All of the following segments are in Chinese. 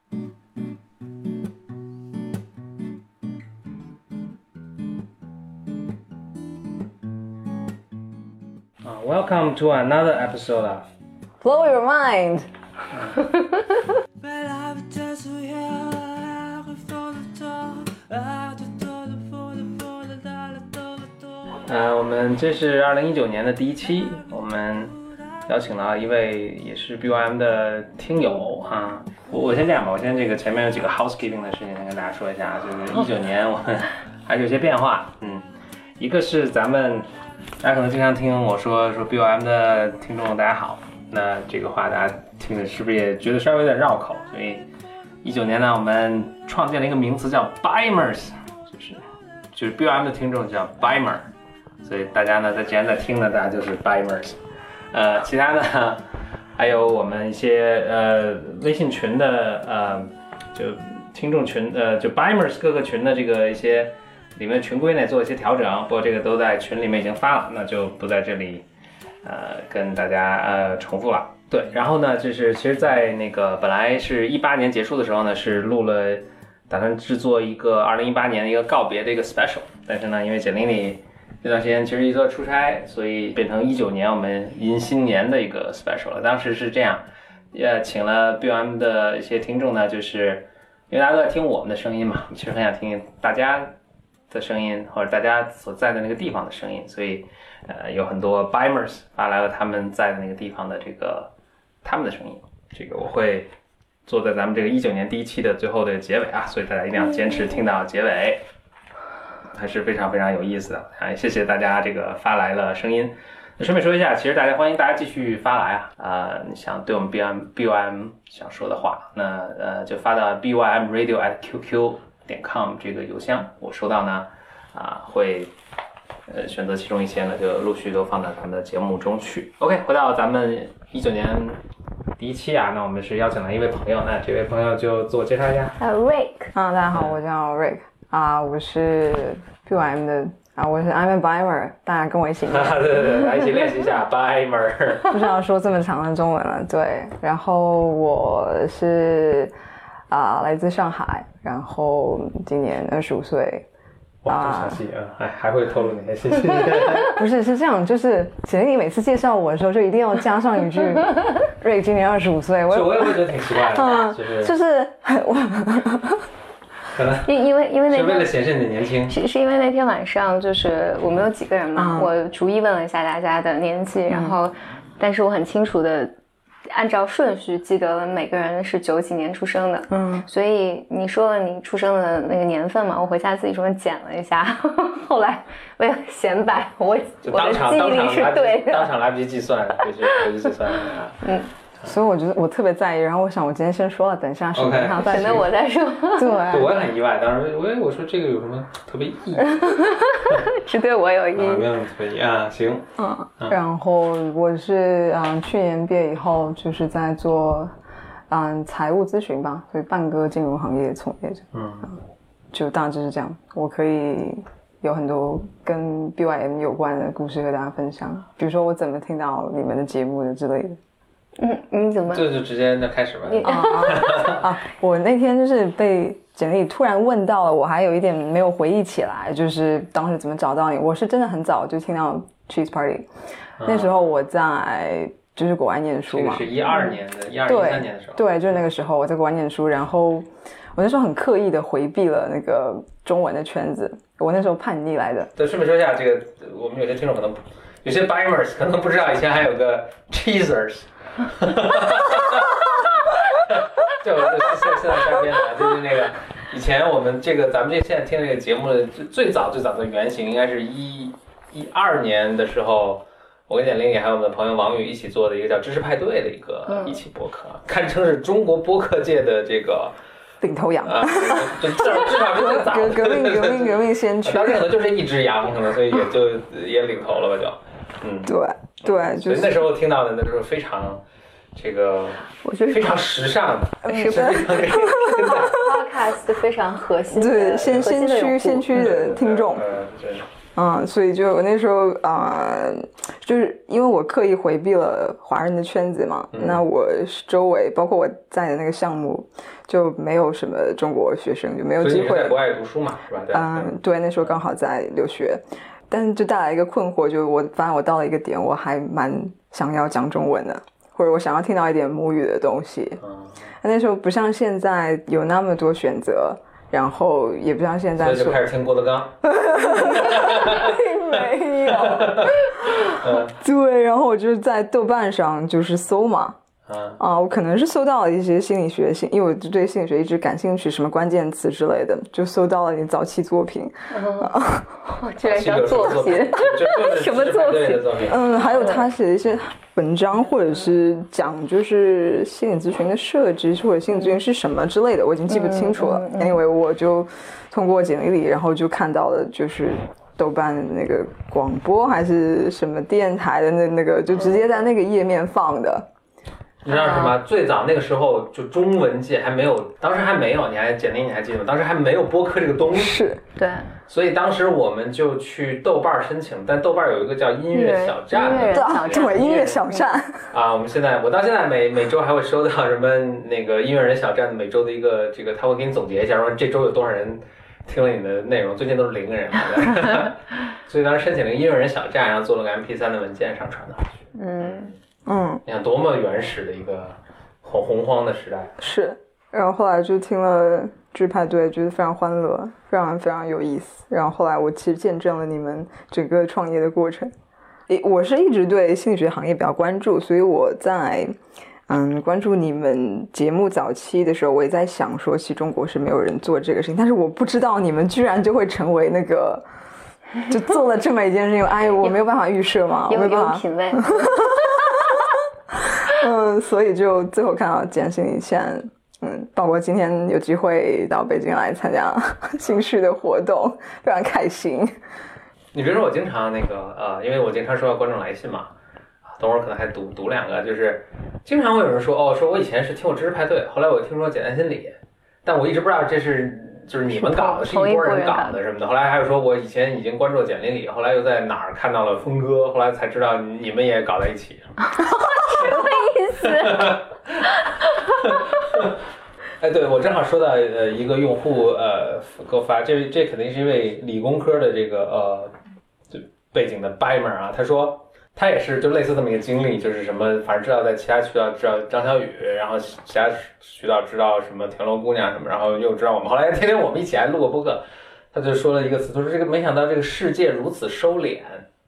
Welcome to another episode of Blow Your Mind 。 我们这是2019年的第一期，我们邀请了一位也是 BYM 的听友啊。我先这样吧，我先这个前面有几个 housekeeping 的事情先跟大家说一下，就是19年我们还是有些变化，一个是咱们大家可能经常听我说 BYM 的听众大家好，那这个话大家听着是不是也觉得稍微有点绕口？所以19年呢，我们创建了一个名词叫 BYMers， 就是 BYM 的听众叫 BYMer， 所以大家呢既然在听呢，大家就是 BYMers。其他呢还有我们一些微信群的就听众群就 BYMers 各个群的这个一些里面的群规呢做一些调整，不过这个都在群里面已经发了，那就不在这里跟大家重复了。对，然后呢就是其实在那个本来是18年结束的时候呢，是录了打算制作一个2018年的一个告别的一个 special， 但是呢因为简历里这段时间其实一直在出差，所以变成19年我们迎新年的一个 special 了。当时是这样，请了 BYM 的一些听众呢，就是因为大家都在听我们的声音嘛，其实很想听大家的声音或者大家所在的那个地方的声音，所以有很多 BYMers 发来了他们在的那个地方的这个他们的声音，这个我会做在咱们这个19年第一期的最后的结尾啊，所以大家一定要坚持听到结尾，还是非常非常有意思的啊！谢谢大家这个发来了声音。那顺便说一下，其实欢迎大家继续发来你想对我们 BYM 想说的话，那就发到 bymradio@qq.com 这个邮箱，我收到呢会选择其中一些呢，就陆续都放到咱们的节目中去。OK， 回到咱们19年第一期那我们是邀请了一位朋友，那这位朋友就自我介绍一下。 Rick 大家好，我叫 Rick 我是 BYM 的我是 I'm a BYMer， 大家跟我一起对，来一起练习一下 BYMer 不知道说这么长的中文了。对，然后我是来自上海，然后今年25岁。 哇，这详细还会透露哪些信息？ 不是，是这样，就是简历每次介绍我的时候，就一定要加上一句，Rick 今年25岁。 我也会觉得挺奇怪的， 就是我。 可能因为那天是为了显示你的年轻， 是因为那天晚上就是我们有几个人嘛，我逐一问了一下大家的年纪，然后但是我很清楚的按照顺序记得了每个人是90几年出生的，所以你说了你出生的那个年份嘛，我回家自己说捡了一下，后来为了显摆我的记忆力是对的， 当场来不及计算，回去计算所以我觉得我特别在意，然后我想我今天先说了，等一下视频上再等着我再说。 对， 我也很意外，当时我说这个有什么特别意义？ 是对我有意义， 没有什么特别意义行。 然后我是去年毕业以后就是在做财务咨询吧，所以半个金融行业从业者。就大致是这样，我可以有很多跟 BYM 有关的故事和大家分享，比如说我怎么听到你们的节目的之类的。 你怎么？ 这就直接开始吧。 我那天就是被简历突然问到了，我还有一点没有回忆起来，就是当时怎么找到你。我是真的很早就听到 Cheese Party，那时候我在就是国外念书嘛。 这个是12年的12-13年的时候。 对，就是那个时候我在国外念书，然后我那时候很刻意的回避了那个中文的圈子，我那时候叛逆来的。 对，顺便说一下，这个我们有些听众可能有些 BYMers 可能不知道，以前还有个 Cheezers。就现在瞎编的，就是那个以前我们这个咱们现在听这个节目的最早的原型应该是12年的时候，我跟简玲也还有我们的朋友王宇一起做的一个叫知识派对的一个一起播客，堪称是中国播客界的这个领头羊至少是最早的革命先驱。 当时可能就是一只羊，可能所以也领头了吧就。 对，就是所以那时候听到的那时候非常这个， 我觉得非常时尚的， 是吧 ？Podcast 非常核心的， 对，先驱的听众。 所以就那时候就是因为我刻意回避了华人的圈子嘛，那我周围包括我在的那个项目就没有什么中国学生，就没有机会。 所以你在国外读书嘛，是吧？ 对，那时候刚好在留学，但是就带来一个困惑，就我发现我到了一个点，我还蛮想要讲中文的，或者我想要听到一点母语的东西。那时候不像现在有那么多选择。然后也不像现在， 所以就开始听郭德纲。 没有。对，然后我就在豆瓣上就是搜嘛，我可能是搜到了一些心理学，因为我对心理学一直感兴趣，什么关键词之类的，就搜到了你早期作品。 居然叫作品，什么作品？ 还有他写的一些文章，或者是讲就是心理咨询的设置，或者心理咨询是什么之类的，我已经记不清楚了。因为我就通过简历里，然后就看到了就是豆瓣的那个广播还是什么电台的那个，就直接在那个页面放的。 你知道什么？最早那个时候就中文界还没有，当时还没有，简历你还记得吗？当时还没有播客这个东西。 是， 对。 所以当时我们就去豆瓣申请，但豆瓣有一个叫音乐小站， 对，音乐小站啊，我到现在每周还会收到什么那个音乐人小站每周的一个这个，他会给你总结一下，说这周有多少人听了你的内容，最近都是0个人，所以当时申请了一个音乐人小站，然后做了个 MP3 的文件上传上去。你看多么原始的一个洪荒的时代。是， 然后后来就听了剧派对，觉得非常欢乐，非常非常有意思。然后后来我其实见证了你们整个创业的过程。我是一直对心理学行业比较关注，所以我在关注你们节目早期的时候，我也在想说，其实中国是没有人做这个事情，但是我不知道你们居然就会成为那个，就做了这么一件事情。我没有办法预设嘛，我没有办法。 有品味。 所以就最后看到简心理线，包括今天有机会到北京来参加新序的活动，非常开心。 你比如说我经常那个因为我经常收到观众来信嘛，等会儿可能还读2个，就是经常会有人说说我以前是听过知识派对，后来我听说简单心理，但我一直不知道这是就是你们搞的，是一拨人搞的什么的。后来还有说我以前已经关注了简历里，后来又在哪儿看到了峰哥，后来才知道你们也搞在一起。 什么意思？ 对，我正好说到一个用户给我发，这肯定是一位理工科的这个就背景的 Bimer 啊，他说他也是就类似这么一个经历，就是什么反正知道在其他渠道知道张小雨，然后其他渠道知道什么田螺姑娘什么，然后又知道我们，后来天天我们一起来录过播客，他就说了一个词，他说这个没想到这个世界如此收敛。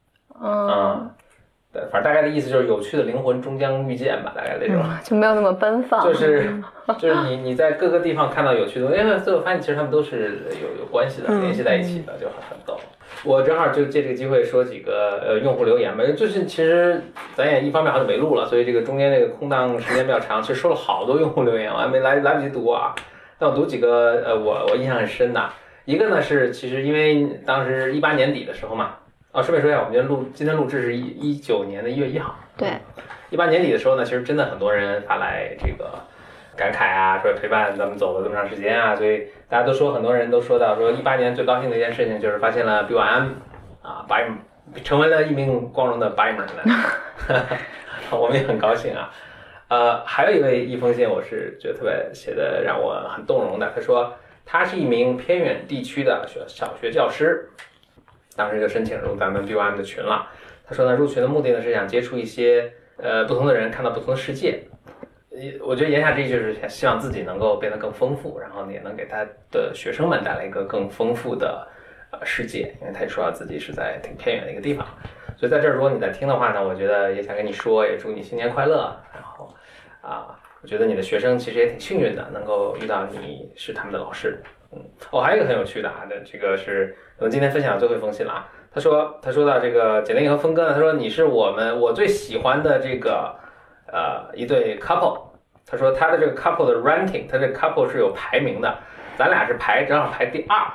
对，反正大概的意思就是有趣的灵魂终将遇见吧，大概那种， 就没有那么奔放。 就是你在各个地方看到有趣的东西，最后发现其实他们都是有关系的，联系在一起的，就很逗。我正好就借这个机会说几个用户留言吧，就是其实咱也一方面好久没录了，所以这个中间这个空档时间比较长，其实收了好多用户留言，我还没来不及读啊。但我读几个我印象很深的，一个呢是其实因为当时18年底的时候嘛。顺便说一下，我们今天录制是19年的1月1号。 对 ，18年底的时候呢，其实真的很多人发来这个感慨啊，说陪伴咱们走了这么长时间啊，所以大家都说，很多人都说到说18年最高兴的一件事情就是发现了 BYM 啊，Bimer 成为了一名光荣的 Bimer 呢，我们也很高兴啊。还有一封信，我是觉得特别写的让我很动容的，他说他是一名偏远地区的小学教师。当时就申请入咱们 BYM 的群了。他说呢，入群的目的呢是想接触一些不同的人，看到不同的世界。我觉得言下之意就是希望自己能够变得更丰富，然后也能给他的学生们带来一个更丰富的世界。因为他也说到自己是在挺偏远的一个地方，所以在这儿如果你在听的话呢，我觉得也想跟你说，也祝你新年快乐。然后我觉得你的学生其实也挺幸运的，能够遇到你是他们的老师。还有一个很有趣的这个是我们今天分享的最后一封信了啊。他说到这个简历和峰哥呢，他说你是我最喜欢的这个一对 couple。他说他的这个 couple 的 ranking， 他这个 couple 是有排名的，咱俩是正好排第2。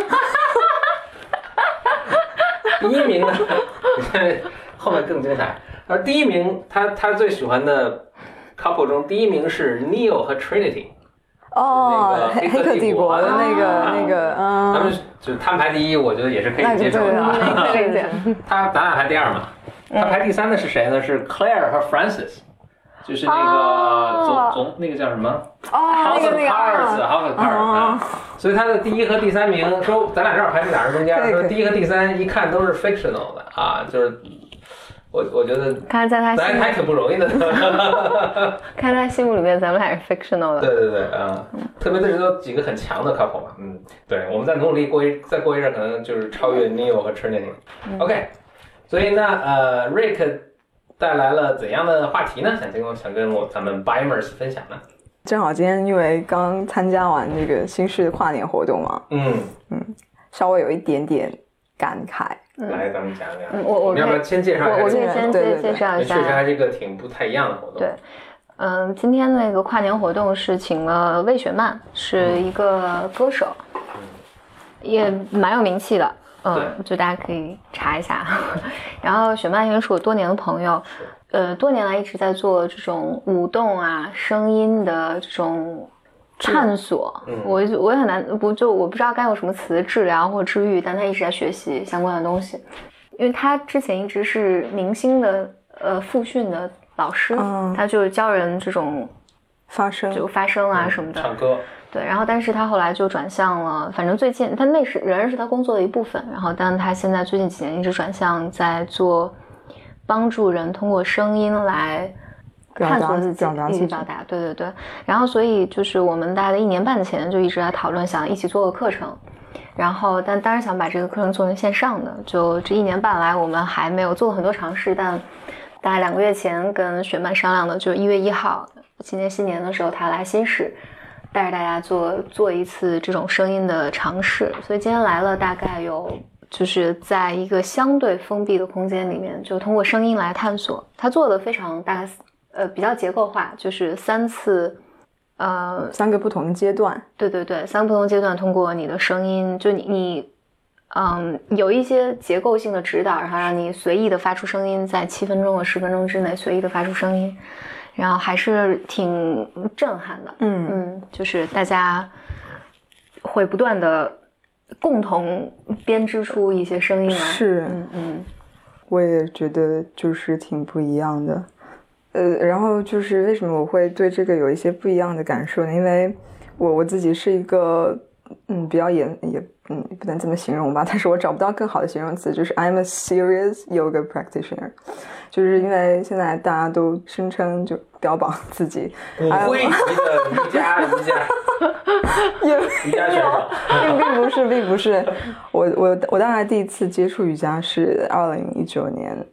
第1名呢，后面更精彩。而第1名他最喜欢的 couple 中，第1名是 Neil 和 Trinity。 哦， 黑客帝国的那个， 他们就是他们排第一，我觉得也是可以接受的。咱俩排第二嘛，他排第三的是谁呢？是 Claire 和 Francis， 就是那个那个叫什么？House of Cards，House of Cards。所以他的第一和第三名，说咱俩正好排在俩人中间，说第一和第三一看都是 fictional 的啊，就是。我觉得， 看在他咱还挺不容易的。 看他心目里面，咱们还是 fictional 的。 对特别是都几个很强的 couple 嘛，对，我们在努力再过一阵，可能就是超越 Neil 和 Trinity。OK， 所以呢，Rick 带来了怎样的话题呢？想跟咱们 Bimers 分享呢？ 正好今天因为刚参加完这个新式跨年活动嘛，稍微有一点点感慨。 来，咱们讲讲。 我要不要先介绍一下？ 我可以先介绍一下。 确实还是一个挺不太一样的活动。 对，今天那个跨年活动是请了魏雪曼，是一个歌手，也蛮有名气的。就大家可以查一下。然后雪曼因为是我多年的朋友，多年来一直在做这种舞动啊、声音的这种探索。我也很难我不知道该用什么词治疗或治愈，但他一直在学习相关的东西，因为他之前一直是明星的复训的老师，他就教人这种发声啊什么的， 唱歌。 对，然后但是他后来就转向了，反正最近他那是仍然是他工作的一部分，然后但他现在最近几年一直转向在做帮助人通过声音来探索自己，一起表达，对。然后所以就是我们大概在1年半前就一直在讨论，想一起做个课程，然后但当然想把这个课程做成线上的。就这1年半来，我们还没有做很多尝试，但大概2个月前跟雪曼商量的，就1月1号今年新年的时候，他来新市，带着大家做一次这种声音的尝试。所以今天来了，大概有就是在一个相对封闭的空间里面，就通过声音来探索。他做的非常大概比较结构化，就是3次 3个不同的阶段。 对，3个不同阶段，通过你的声音，就你有一些结构性的指导，然后让你随意的发出声音，在7分钟和10分钟之内随意的发出声音，然后还是挺震撼的。就是大家会不断的共同编织出一些声音来。 是，我也觉得就是挺不一样的。然后就是为什么我会对这个有一些不一样的感受呢？因为我自己是一个比较也不能这么形容吧，但是我找不到更好的形容词，就是 I'm a serious yoga practitioner。就是因为现在大家都声称就标榜自己骨灰级的瑜伽选手， 并不是。我大概第一次接触瑜伽是2019年，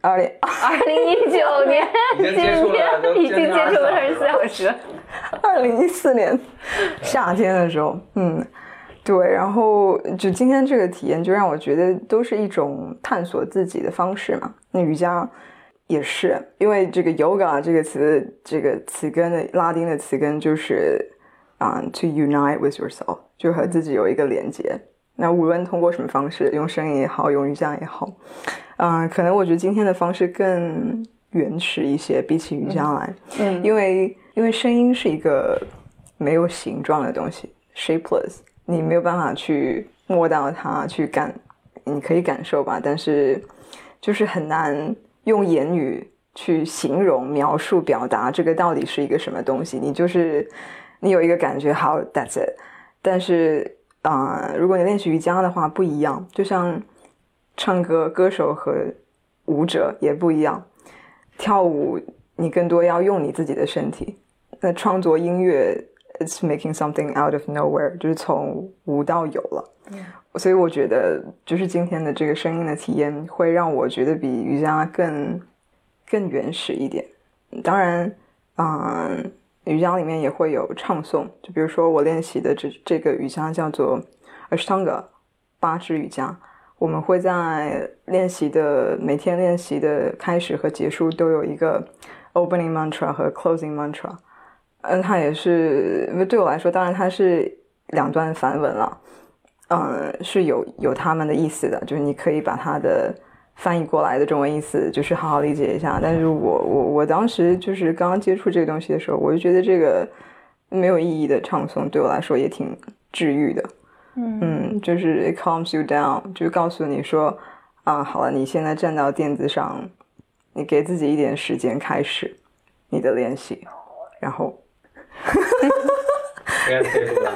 今天已经接触了24小时。 2014年夏天的时候，对，然后就今天这个体验就让我觉得都是一种探索自己的方式嘛。那瑜伽也是，因为这个 yoga 这个词，这个词根的拉丁的词根就是to unite with yourself， 就和自己有一个连接。那无论通过什么方式，用声音也好，用瑜伽也好，可能我觉得今天的方式更原始一些，比起瑜伽来，因为声音是一个没有形状的东西 ，shapeless， 你没有办法去摸到它，你可以感受吧，但是就是很难用言语去形容、描述、表达这个到底是一个什么东西。你有一个感觉，好 ，that's it。但是如果你练习瑜伽的话，不一样。就像唱歌，歌手和舞者也不一样。跳舞，你更多要用你自己的身体。那创作音乐 ，it's making something out of nowhere， 就是从无到有了。所以我觉得，就是今天的这个声音的体验，会让我觉得比瑜伽更原始一点。当然，瑜伽里面也会有唱诵，就比如说我练习的这个瑜伽叫做 Ashtanga 8支瑜伽，我们会在每天练习的开始和结束都有一个 opening mantra 和 closing mantra。它也是对我来说，当然它是2段梵文了，是有他们的意思的，就是你可以把它的翻译过来的中文意思就是好好理解一下。但是我当时就是刚刚接触这个东西的时候，我就觉得这个没有意义的唱诵对我来说也挺治愈的。就是 it calms you down， 就告诉你说好了，你现在站到垫子上，你给自己一点时间开始你的练习，然后应该可以吧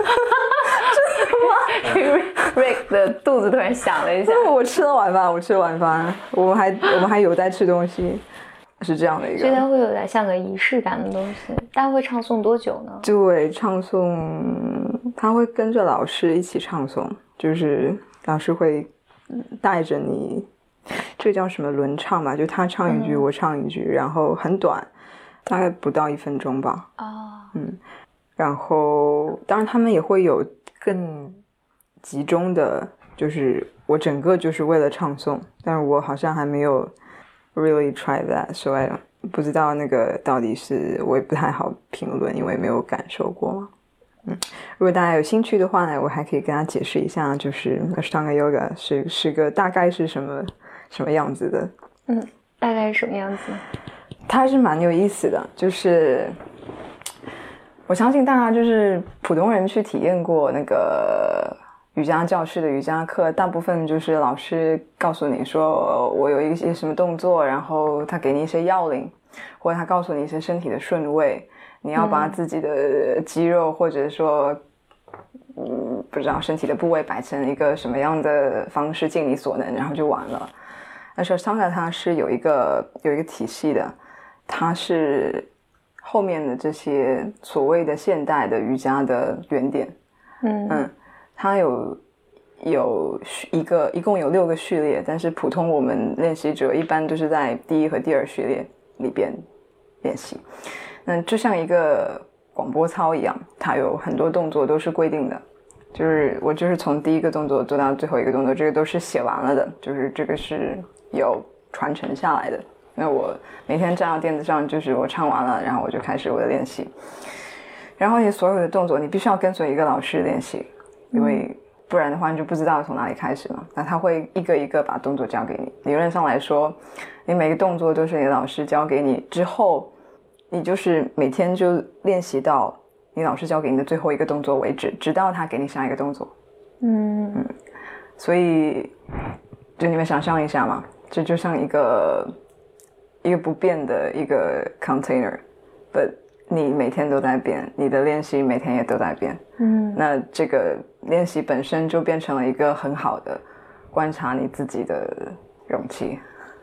？Rick 的肚子突然响了一下。 我吃了晚饭，我们还有在吃东西，是这样的一个。 所以它会有点像个仪式感的东西。大家会唱诵多久呢？ 对，唱诵他会跟着老师一起唱诵，就是老师会带着你，这叫什么轮唱吧，就他唱一句我唱一句，然后很短，大概不到1分钟吧。然后当然他们也会有更集中的，就是我整个就是为了唱诵，但是我好像还没有 really try that， 所以不知道那个到底是，我也不太好评论，因为没有感受过嘛。如果大家有兴趣的话呢，我还可以跟他解释一下，就是 Ashtanga Yoga 是个大概是什么样子的。 大概是什么样子？ 它是蛮有意思的，就是我相信大家就是普通人去体验过那个瑜伽教室的瑜伽课，大部分就是老师告诉你说我有一些什么动作，然后他给你一些要领，或者他告诉你一些身体的顺位，你要把自己的肌肉或者说不知道身体的部位摆成一个什么样的方式，尽你所能，然后就完了。但是 Ashtanga 它是有一个体系的，它是后面的这些所谓的现代的瑜伽的原点。它一共有6个序列，但是普通我们练习者一般都是在第1和第2序列里边练习。就像一个广播操一样，它有很多动作都是规定的，就是我就是从第1个动作做到最后一个动作，这个都是写完了的，就是这个是有传承下来的。那我每天站到垫子上，就是我唱完了，然后我就开始我的练习。然后你所有的动作你必须要跟随一个老师练习，因为不然的话你就不知道从哪里开始嘛。那他会一个一个把动作教给你，理论上来说你每个动作都是你的老师教给你之后，你就是每天就练习到你老师教给你的最后一个动作为止，直到他给你下一个动作。所以就你们想象一下嘛，这就像一个不变的一个 container， but 你每天都在变，你的练习每天也都在变。那这个练习本身就变成了一个很好的观察你自己的容器。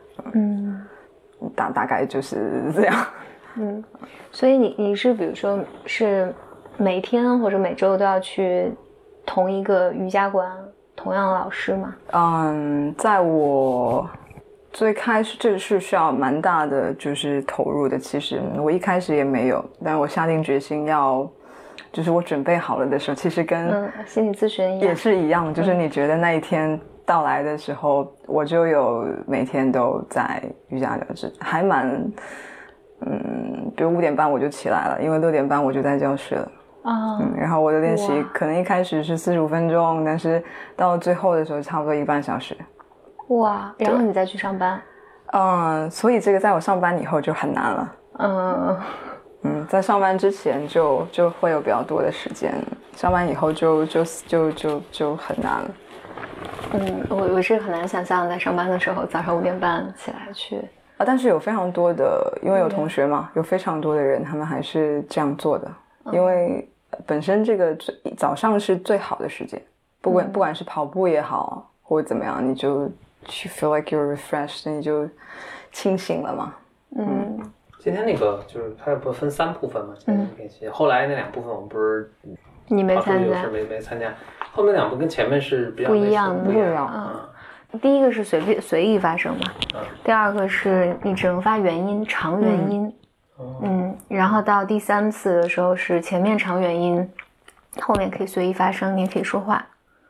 大概就是这样。 所以你是比如说是每天或者每周都要去同一个瑜伽馆同样的老师吗？ 在我最开始这是需要蛮大的就是投入的，其实我一开始也没有，但我下定决心要，就是我准备好了的时候，其实跟心理咨询一样， 也是一样，就是你觉得那一天到来的时候，我就有每天都在瑜伽教室，还蛮比如5点半我就起来了，因为6点半我就在教室了。然后我的练习可能一开始是45分钟，但是到最后的时候差不多1个半小时。 哇，然后你再去上班。 所以这个在我上班以后就很难了。在上班之前就会有比较多的时间，上班以后就很难了。 我是很难想象在上班的时候早上5点半起来去。 但是有非常多的，因为有同学嘛，有非常多的人他们还是这样做的，因为本身这个早上是最好的时间，不管是跑步也好或者怎么样，你就去 feel like you're refreshed， 你就清醒了嘛。 今天那个就是它不分3部分嘛，后来那2部分我们不是你没参加， 没参加，后面2部跟前面是比较不一样的。 第一个是随意发生嘛，第2个是你只能发元音，长元音。然后到第3次的时候是前面长元音，后面可以随意发声，你也可以说话。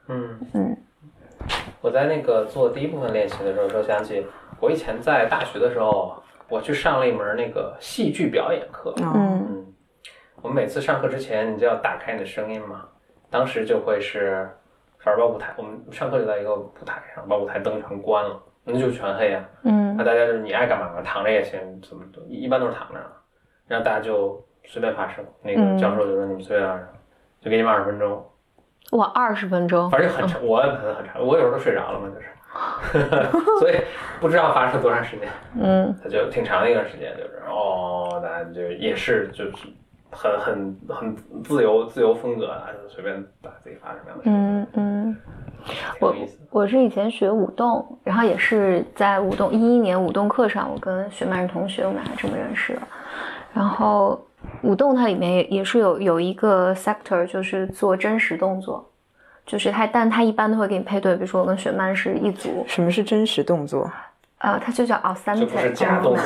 我在那个做第1部分练习的时候，就想起我以前在大学的时候，我去上了一门那个戏剧表演课。我们每次上课之前，你就要打开你的声音嘛。当时就会是，把舞台，我们上课就在一个舞台上，把舞台灯全关了，那就全黑啊。那大家就是你爱干嘛躺着也行，怎么一般都是躺着，然后大家就随便发声，那个教授就说你们随便发声，就给你们20分钟。 哇，20分钟， 反正很长，我可能很长，我有时候都睡着了嘛，所以不知道发生多长时间。它就挺长的一段时间，就是大家就也是就是很自由风格的，就随便把自己发什么样的声。 我是以前学舞动，然后也是在舞动2011年舞动课上，我跟雪曼同学我们俩这么认识了。然后舞动它里面也是有一个 sector 就是做真实动作，就是但它一般都会给你配对，比如说我跟雪曼是一组。 什么是真实动作？ 它就叫 authentic， 就不是假动作。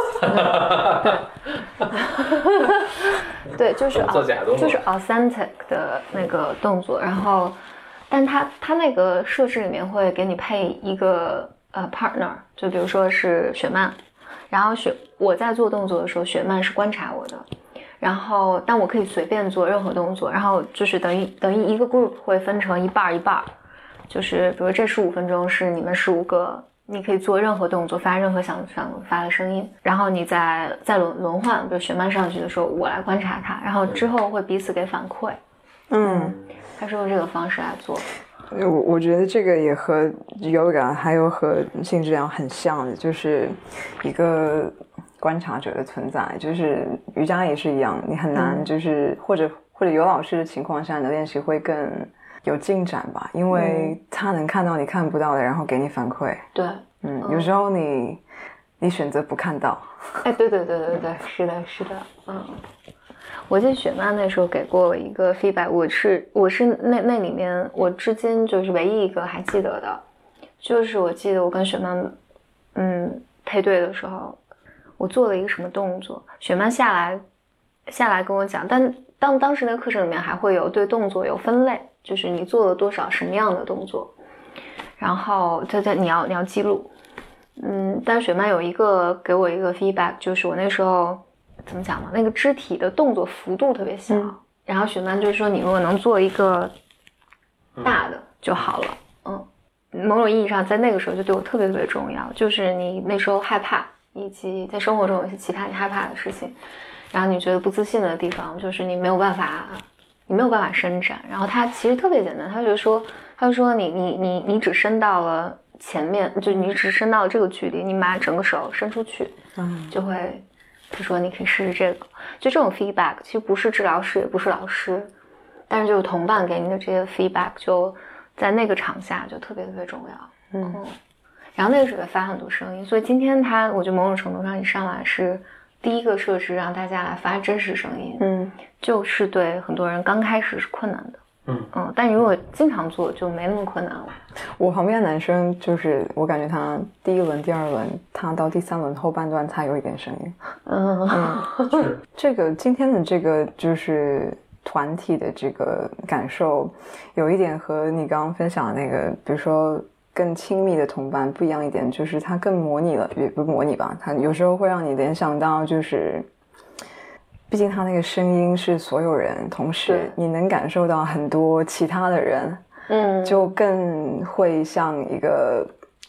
对，就是做假动作， 就是 authentic 的那个动作。然后，但它那个设置里面会给你配一个partner， 就比如说是雪曼，然后我在做动作的时候，雪曼是观察我的。然后但我可以随便做任何动作，然后就是等于一个 group 会分成一半一半，就是比如这15分钟是你们15个，你可以做任何动作，发任何想发的声音，然后你再轮换，比如雪曼上去的时候我来观察他，然后之后会彼此给反馈。他是用这个方式来做。 我觉得这个也和 yoga 还有和性治疗很像的，就是一个观察者的存在，就是瑜伽也是一样，你很难就是或者有老师的情况下，你的练习会更有进展吧，因为他能看到你看不到的，然后给你反馈。 对， 有时候你选择不看到。 对，是的，我记得雪曼那时候给过我一个 feedback， 我是那里面我至今就是唯一一个还记得的，就是我记得我跟雪曼配对的时候，我做了一个什么动作，雪曼下来跟我讲，但当时那个课程里面还会有对动作有分类，就是你做了多少什么样的动作，然后你要记录。但雪曼有给我一个 feedback， 就是我那时候怎么讲呢？那个肢体的动作幅度特别小，然后雪曼就是说你如果能做一个大的就好了。某种意义上在那个时候就对我特别特别重要，就是你那时候害怕，以及在生活中有些其他你害怕的事情，然后你觉得不自信的地方，就是你没有办法伸展。然后他其实特别简单，他就说你只伸到了前面，就你只伸到了这个距离，你把整个手伸出去，就会，他说你可以试试这个。就这种 feedback 其实不是治疗师也不是老师，但是就是同伴给你的这些 feedback 就在那个场下就特别特别重要。然后那个时候也发很多声音，所以今天我觉得某种程度上一上来是第一个设置让大家来发真实声音，就是对很多人刚开始是困难的。但如果经常做就没那么困难了。我旁边的男生就是我感觉他第1轮第2轮他到第3轮后半段才有一点声音。这个今天的这个就是团体的这个感受有一点和你刚刚分享的那个比如说更亲密的同伴不一样一点，就是它更模拟了，也不模拟吧，它有时候会让你联想到就是毕竟他那个声音是所有人，同时你能感受到很多其他的人，就更会像一个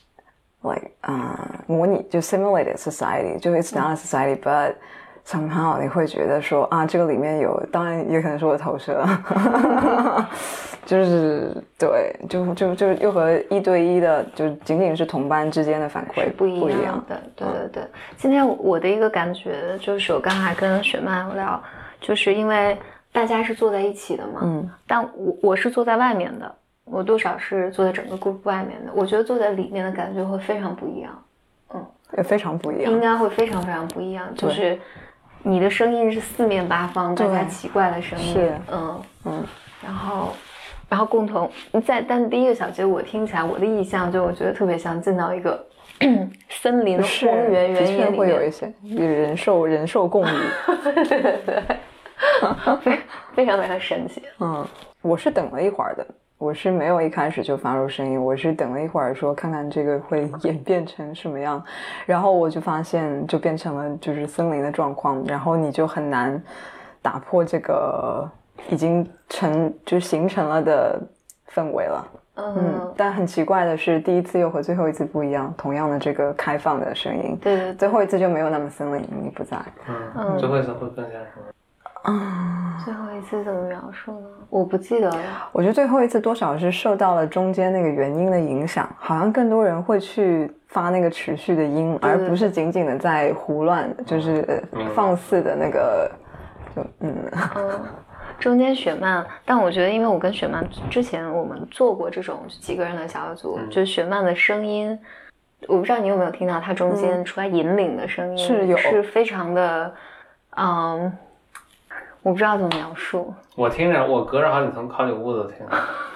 like 模拟，就 simulated society， 就 it's not a society but somehow 你会觉得说这个里面有，当然也可能是我的投射，就是对，就又和1对1的就仅仅是同伴之间的反馈不一样的。对，今天我的一个感觉就是我刚才跟雪曼聊，就是因为大家是坐在一起的嘛，但我是坐在外面的，我多少是坐在整个 group 外面的，我觉得坐在里面的感觉会非常不一样。 非常不一样， 应该会非常非常不一样，就是你的声音是4面8方大家奇怪的声音， 是然后共同但第一个小节我听起来我的意象就我觉得特别像进到一个森林荒原原野里面， 会有一些与人兽共舞。 对，非常非常神奇。 我是等了一会儿的，我是没有一开始就发出声音，我是等了一会儿说看看这个会演变成什么样，然后我就发现就变成了就是森林的状况，然后你就很难打破这个已经形成了的氛围了。但很奇怪的是第一次又和最后一次不一样，同样的这个开放的声音， 对， 最后一次就没有那么森林，你不在。 最后一次会更像什么？ 最后一次怎么描述呢？我不记得了。 我觉得最后一次多少是受到了中间那个原音的影响，好像更多人会去发那个持续的音，而不是仅仅的在胡乱就是放肆的那个， 中间雪曼，但我觉得，因为我跟雪曼之前我们做过这种几个人的小组，就是雪曼的声音，我不知道你有没有听到他中间出来引领的声音，是非常的，我不知道怎么描述。我听着，我隔着好几个屋子听，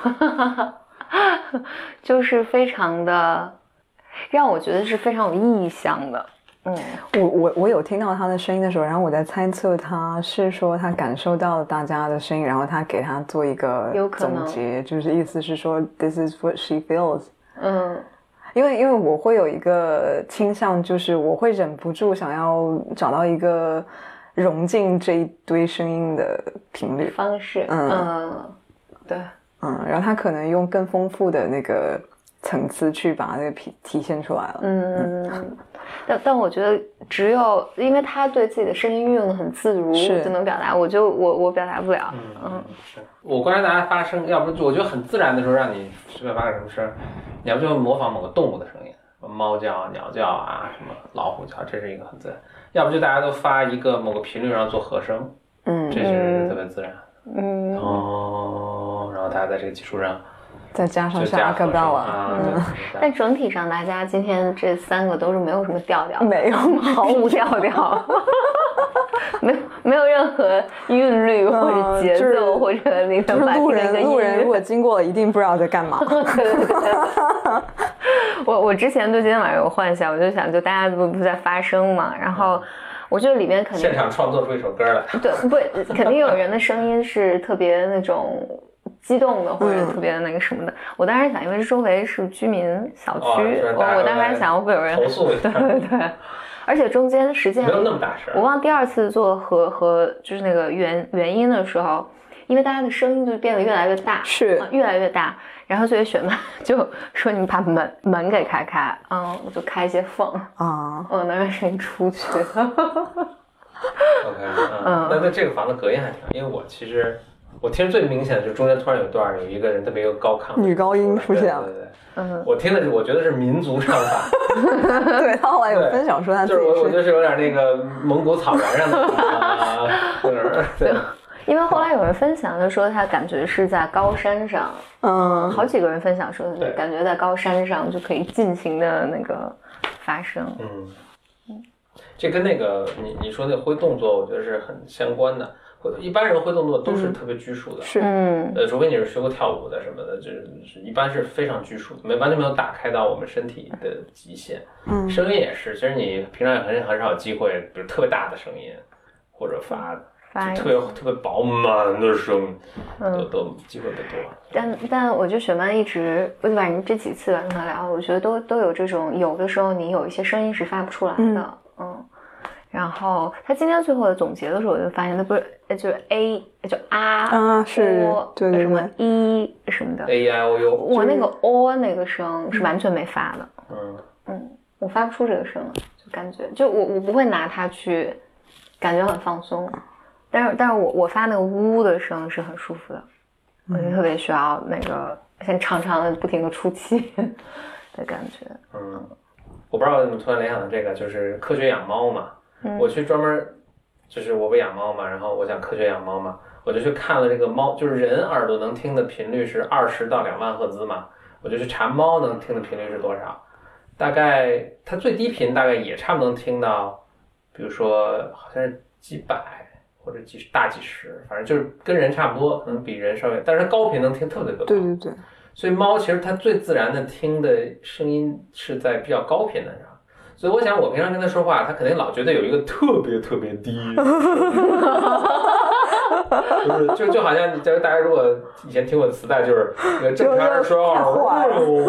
就是非常的，让我觉得是非常有意象的。 我有听到他的声音的时候，然后我在猜测他是说他感受到了大家的声音，然后他给他做一个总结，就是意思是说 This is what she feels。因为我会有一个倾向，就是我会忍不住想要找到一个融进这一堆声音的频率方式。对。 然后他可能用更丰富的那个层次去把那个体现出来了。 但我觉得只有因为他对自己的声音运用的很自如，就能表达。我表达不了。 是我观察大家发声，要不我觉得很自然的时候让你随便发个什么声，你要不就模仿某个动物的声音，猫叫、鸟叫啊，什么老虎叫，这是一个很自然。要不就大家都发一个某个频率上做和声，这是特别自然。然后大家在这个基础上。 再加上阿卡贝拉， 但整体上大家今天这3个都是没有什么调调， 没有， 毫无调调，没有任何韵律或者节奏，或者那个路人如果经过了一定不知道在干嘛。 对。我之前对今天晚上有幻想，我就想就大家不在发声嘛，然后我觉得里面肯定现场创作出一首歌来。 对，不，肯定有人的声音是特别那种激动的或者特别的那个什么的。我当时想，因为周围是居民小区，我当时还想会不会有人投诉。 对，而且中间实际上没有那么大声。 我忘第2次做和就是那个原音的时候，因为大家的声音就变得越来越大，越来越大。然后所以雪曼就说：“你们把门给开，我就开一些缝能让声音出去。” OK， 那这个房子隔音还挺好，因为我听最明显的就是中间突然有一个人特别高亢女高音出现了。 对，我听的是我觉得是民族唱法。 对，他后来有分享说他自己就是我就是有点那个蒙古草原上的对。 因为后来有人分享就说他感觉是在高山上，好几个人分享说感觉在高山上就可以尽情的那个发声。 这跟那个你说那挥动作我觉得是很相关的。一般人挥动作都是特别拘束的，除非你是学过跳舞的什么的，就是一般是非常拘束的，完全没有打开到我们身体的极限。声音也是，其实你平常也很少有机会，比如特别大的声音或者发特别饱满的声音，都机会不多。 但我觉得雪曼一直，我反正这几次跟他聊，我觉得都有这种，有的时候你有一些声音是发不出来的，然后他今天最后的总结的时候，我就发现他不是就是就是对什么什么的 A I O U， 我那个那个声是完全没发的，我发不出这个声，就感觉就我不会拿它去感觉很放松，但是我发那个呜的声是很舒服的，我就特别需要那个先长长的不停的出气的感觉。 我不知道为什么突然联想到这个，就是科学养猫嘛。我去专门，就是我不养猫嘛，然后我想科学养猫嘛，我就去看了这个猫，就是人耳朵能听的频率是20到2万赫兹嘛，我就去查猫能听的频率是多少，大概它最低频大概也差不多能听到，比如说好像是几百或者大几十，反正就是跟人差不多，可能比人稍微，但是它高频能听特别高。 对， 所以猫其实它最自然的听的声音是在比较高频的上。所以我想我平常跟他说话，他肯定老觉得有一个特别特别低就好像大家如果以前听过磁带，就是那个正常人说话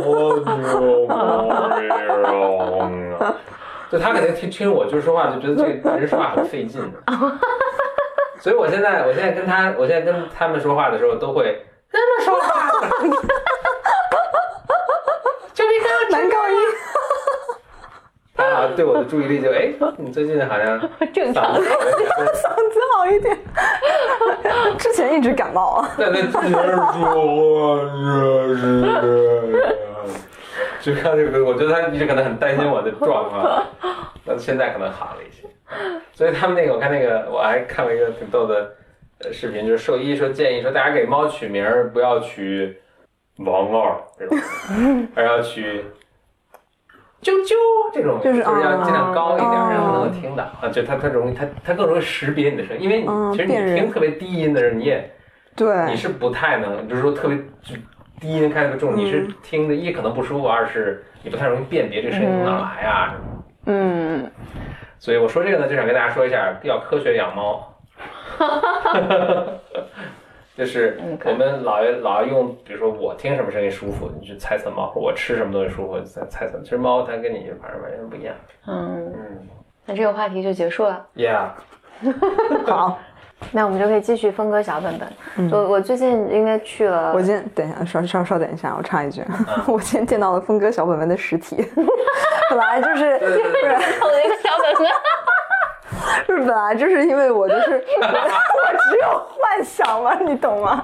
就他肯定听我就是说话就觉得这个人说话很费劲所以我现在跟他们说话的时候都会那么说话就比较男高音他好后对我的注意力就你最近好像正常嗓子好一点，之前一直感冒啊。 对，就看这个，我觉得他一直可能很担心我的状况，那现在可能好了一些。所以他们那个，我看那个，我还看了一个挺逗的视频，就是兽医说建议说，大家给猫取名不要取王二这种，而要取啾啾这种，就是要尽量高一点，让它能够听到啊。就它容易，它更容易识别你的声音，因为其实你听特别低音的人，你也对， 你是不太能，就是说特别低音开特别重，你是听的一可能不舒服，二是你不太容易辨别这个声音从哪来啊。所以我说这个呢，就想跟大家说一下，要科学养猫。就是我们老要用，比如说我听什么声音舒服，你去猜测猫；或者我吃什么东西舒服，再猜测。其实猫它跟你反正完全不一样。 那这个话题就结束了。 Yeah。 好， 那我们就可以继续分割小本本。我最近因为去了， 我今天等一下，稍等一下，我插一句，我今天见到了分割小本本的实体，本来就是不是我的一个小本本。 是本来就是因为我就是我只有幻想嘛，你懂吗？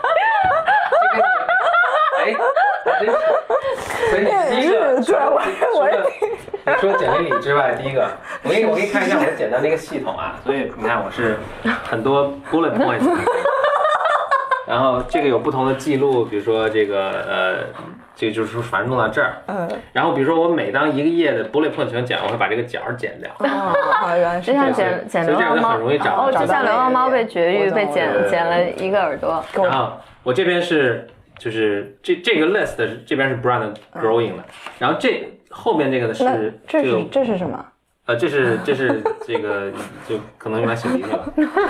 真是。所以你第一个，你说简历里之外，第一个，我给你看一下我的简单的一个系统啊。所以你看我是很多 bullet points。然后这个有不同的记录，比如说这个这个就是反正弄到这儿，然后比如说我每当一个页的 bullet point 全讲，我会把这个角剪掉。 原来是就像剪流浪猫， 很容易找。 就像流浪猫被绝育被剪了一个耳朵。 然后我这边是就是这个 list 这边是 brand growing 的，然后这后面这个呢是这是什么？ 这是这个就可能用来擤鼻涕了。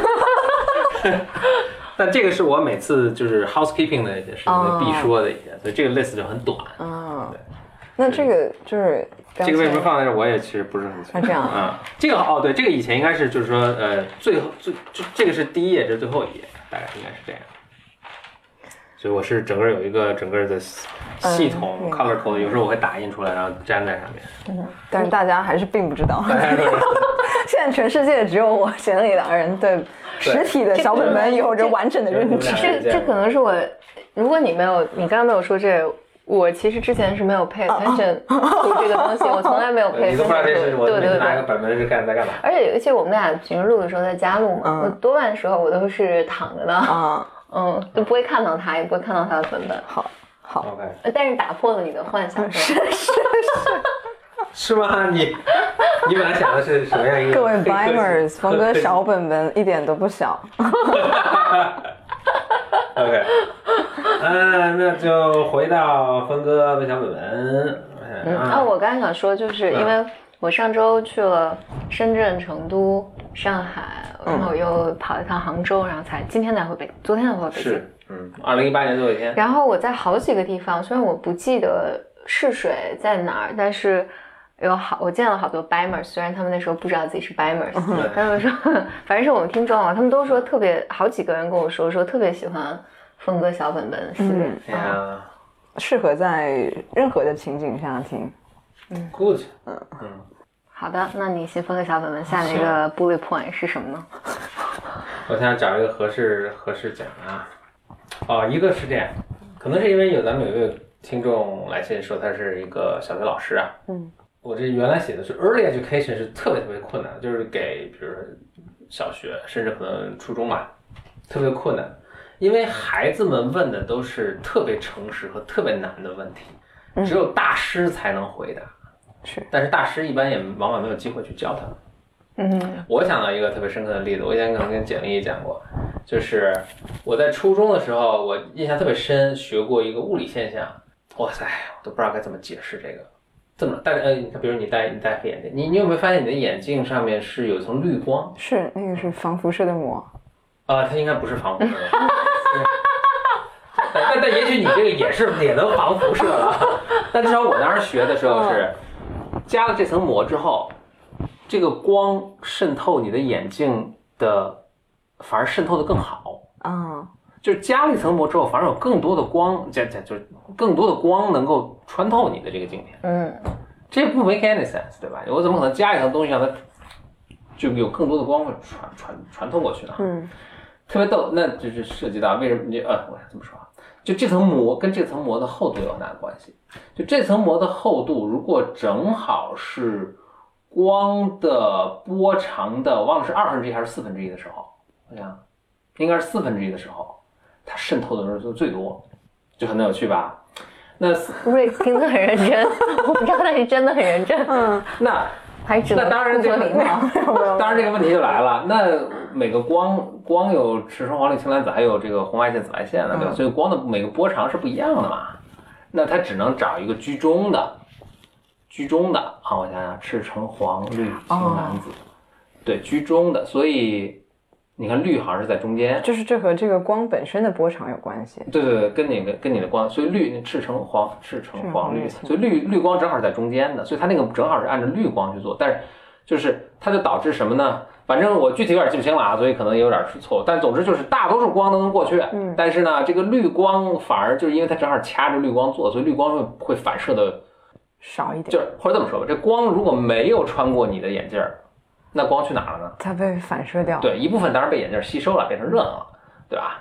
但这个是我每次就是 housekeeping 的一些事情必说的一些，所以这个 list 就很短。对。 那这个就是这个为什么放在这儿，我也其实不是很清楚。 这样啊，这个对，这个以前应该是就是说最这个是第一页，这是最后一页，大概应该是这样。所以我是整个有一个整个的系统 color code， 有时候我会打印出来，然后粘在上面。 但是大家还是并不知道。现在全世界只有我贤里两人对实体的小本本有着完整的认知。 这可能是我，如果你刚刚没有说这，我其实之前是没有pay attention to 这个东西，我从来没有pay attention to。你都不知道这是我拿一个本本是在干嘛？ 而且尤其我们俩平时录的时候在家录嘛，我多半时候我都是躺着的。都不会看到它，也不会看到它的本本。 好 ，OK。 但是打破了你的幻想。 是吗？你本来想的是什么样一个？ 各位 Bimers， 分割小本本一点都不小。 OK。那就回到分割小本本。 我刚才想说，就是因为我上周去了深圳、成都、上海，然后又跑一趟杭州，然后今天才回北京，昨天才回北京。 是，2018年最后一天。 然后我在好几个地方，虽然我不记得试水在哪儿，但是我见了好多 Bimers， 虽然他们那时候不知道自己是 Bimers，他们说，反正是我们听众啊，他们都说特别，好几个人跟我说特别喜欢分割小本本系列， 适合在任何的情景下听。 Good。 好的，那你先分割小本本下一个 bullet point 是什么呢？ 我想找一个合适讲啊。一个是这样，可能是因为咱们有一个听众来信说他是一个小学老师啊。我这原来写的是 early education 是特别困难的，就是给比如说小学甚至可能初中吧，特别困难，因为孩子们问的都是特别诚实和特别难的问题，只有大师才能回答。但是大师一般也往往没有机会去教他们。我想到一个特别深刻的例子，我以前可能跟简历讲过，就是我在初中的时候，我印象特别深，学过一个物理现象。哇塞，我都不知道该怎么解释这个。比如你戴黑眼镜，你有没有发现你的眼镜上面是有一层绿光？ 是，那个是防辐射的膜。 它应该不是防辐射的。但也许你这个也能防辐射了。但至少我当时学的时候是加了这层膜之后，这个光渗透你的眼镜的，反而渗透的更好。就是加了一层膜之后，反而有更多的光，就是更多的光能够穿透你的这个镜片。 这不 make any sense， 对吧？我怎么可能加一层东西让它就有更多的光会传透过去呢？特别逗，那就是涉及到为什么我这么说啊，就这层膜跟这层膜的厚度有很大的关系。就这层膜的厚度，如果正好是光的波长的，忘了是1/2还是1/4的时候，我想应该是1/4的时候，它渗透的时候就最多，就很有趣吧？那瑞听得很认真，我不知道他是真的很认真。 那当然这个当然这个问题就来了，那每个光有赤橙黄绿青蓝紫，还有这个红外线紫外线的，对吧？所以光的每个波长是不一样的嘛。那它只能找一个居中的啊，我想想，赤橙黄绿青蓝紫，对，居中的。所以你看绿好像是在中间， 就是这和这个光本身的波长有关系。 对，跟你的光，所以赤橙黄绿，所以绿光正好是在中间的，所以它那个正好是按照绿光去做，但是就是它就导致什么呢？反正我具体有点记不清了啊，所以可能有点错误，但总之就是大多数光都能过去，但是呢，这个绿光反而就是因为它正好掐着绿光做，所以绿光会反射的少一点， 就是或者这么说吧，这光如果没有穿过你的眼镜，那光去哪了呢？ 它被反射掉。 对，一部分当然被眼镜吸收了，变成热能了，对吧？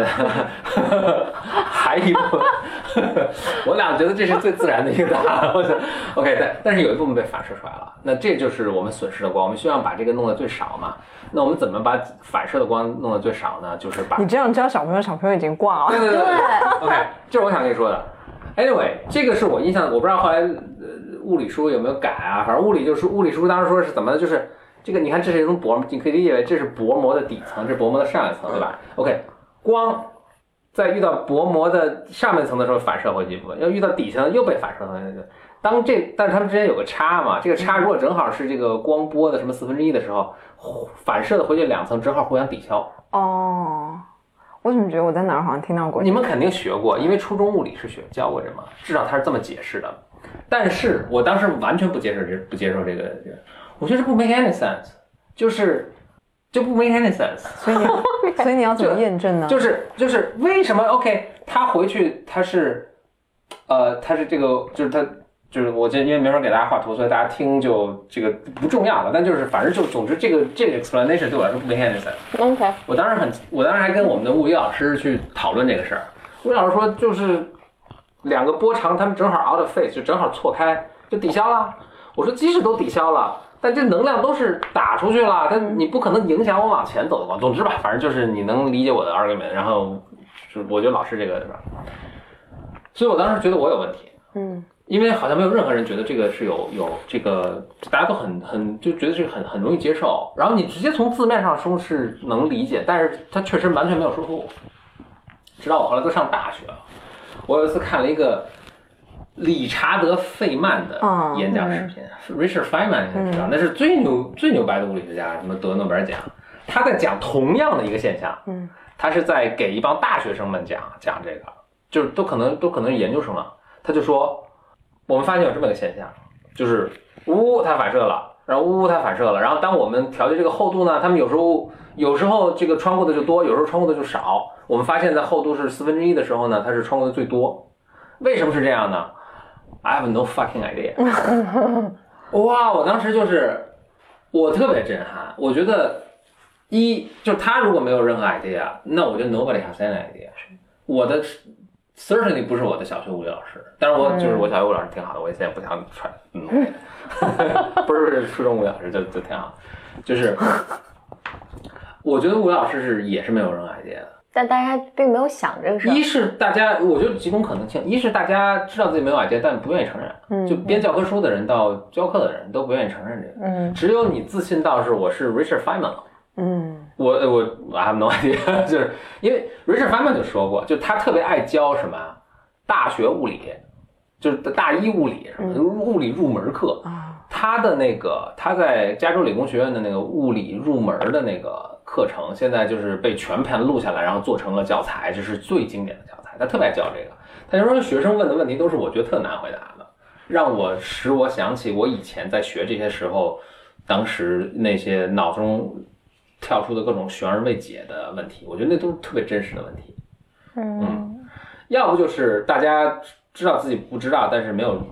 还一部分，我俩觉得这是最自然的一个答案。OK， 但是有一部分被反射出来了，那这就是我们损失的光。我们希望把这个弄得最少嘛。那我们怎么把反射的光弄得最少呢？就是把你这样教小朋友，小朋友已经挂了。 对。OK， 这是我想跟你说的。Anyway， 这个是我印象，我不知道后来物理书有没有改啊？反正物理书当时说是怎么的，就是这个你看，这是一层薄，你可以理解为这是薄膜的底层，这是薄膜的上一层，对吧 ？OK， 光在遇到薄膜的上面层的时候反射回去一部分，要遇到底层又被反射回去。但是它们之间有个差嘛，这个差如果正好是这个光波的什么1/4的时候，反射的回去2层正好互相抵消。 哦，我怎么觉得我在哪儿好像听到过？ 你们肯定学过，因为初中物理是教过这嘛，至少它是这么解释的。但是我当时完全不接受这个，我觉得不 make any sense， 就不 make any sense。 所以你要怎么验证呢？ 就是为什么 OK， 他回去他是这个就是我因为没法给大家画图，所以大家听就这个不重要了。但就是反正就总之这个 explanation 对我来说不 make any sense。 OK， 我当时还跟我们的物理老师去讨论这个事儿。物理老师说就是两个波长，他们正好 out of phase， 就正好错开，就抵消了。我说即使都抵消了，但这能量都是打出去了，你不可能影响我往前走的光。总之吧，反正就是你能理解我的 argument， 然后就是我觉得老师这个是吧？所以我当时觉得我有问题，因为好像没有任何人觉得这个是有这个，大家都很就觉得这个很容易接受。然后你直接从字面上说是能理解，但是它确实完全没有说服我。直到我后来都上大学了，我有一次看了一个理查德·费曼的演讲视频，Richard Feynman 你知道，那是最牛掰的物理学家，什么得诺贝尔奖。他在讲同样的一个现象，他是在给一帮大学生们讲这个，就是都可能是研究生了。他就说，我们发现有这么一个现象，就是它反射了，然后它反射了，然后当我们调节这个厚度呢，他们有时候这个穿过的就多，有时候穿过的就少。我们发现在厚度是1/4的时候呢，它是穿过的最多。为什么是这样呢？ I have no fucking idea。 哇，我当时我特别震撼。我觉得就是他如果没有任何 idea， 那我觉得 nobody has any idea。 我的 certainly 不是我的小学物理老师，但是我小学物理老师挺好的，我现在不想传不是初中物理老师就挺好。就是我觉得物理老师也是没有任何 idea 的。 但大家并没有想这个事儿。 一是大家，我觉得几种可能性：一是大家知道自己没有 idea， 但不愿意承认。就编教科书的人到教课的人都不愿意承认这个。只有你自信到我是 Richard Feynman 了。我 I have no idea， 就是因为 Richard Feynman 就说过，就他特别爱教什么大学物理，就是大一物理什么物理入门课。他在加州理工学院的那个物理入门的那个课程，现在就是被全片录下来，然后做成了教材，这是最经典的教材。他特别爱教这个，他就说学生问的问题都是我觉得特难回答的，使我想起我以前在学这些时候，当时那些脑中跳出的各种悬而未解的问题，我觉得那都是特别真实的问题。要不就是大家知道自己不知道，但是没有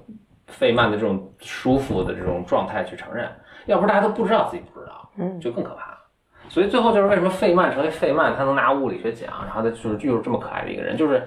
费曼的这种舒服的这种状态去承认，要不然大家都不知道自己不知道，就更可怕。所以最后就是为什么费曼成为费曼，他能拿物理学奖，然后他就是又是这么可爱的一个人，就是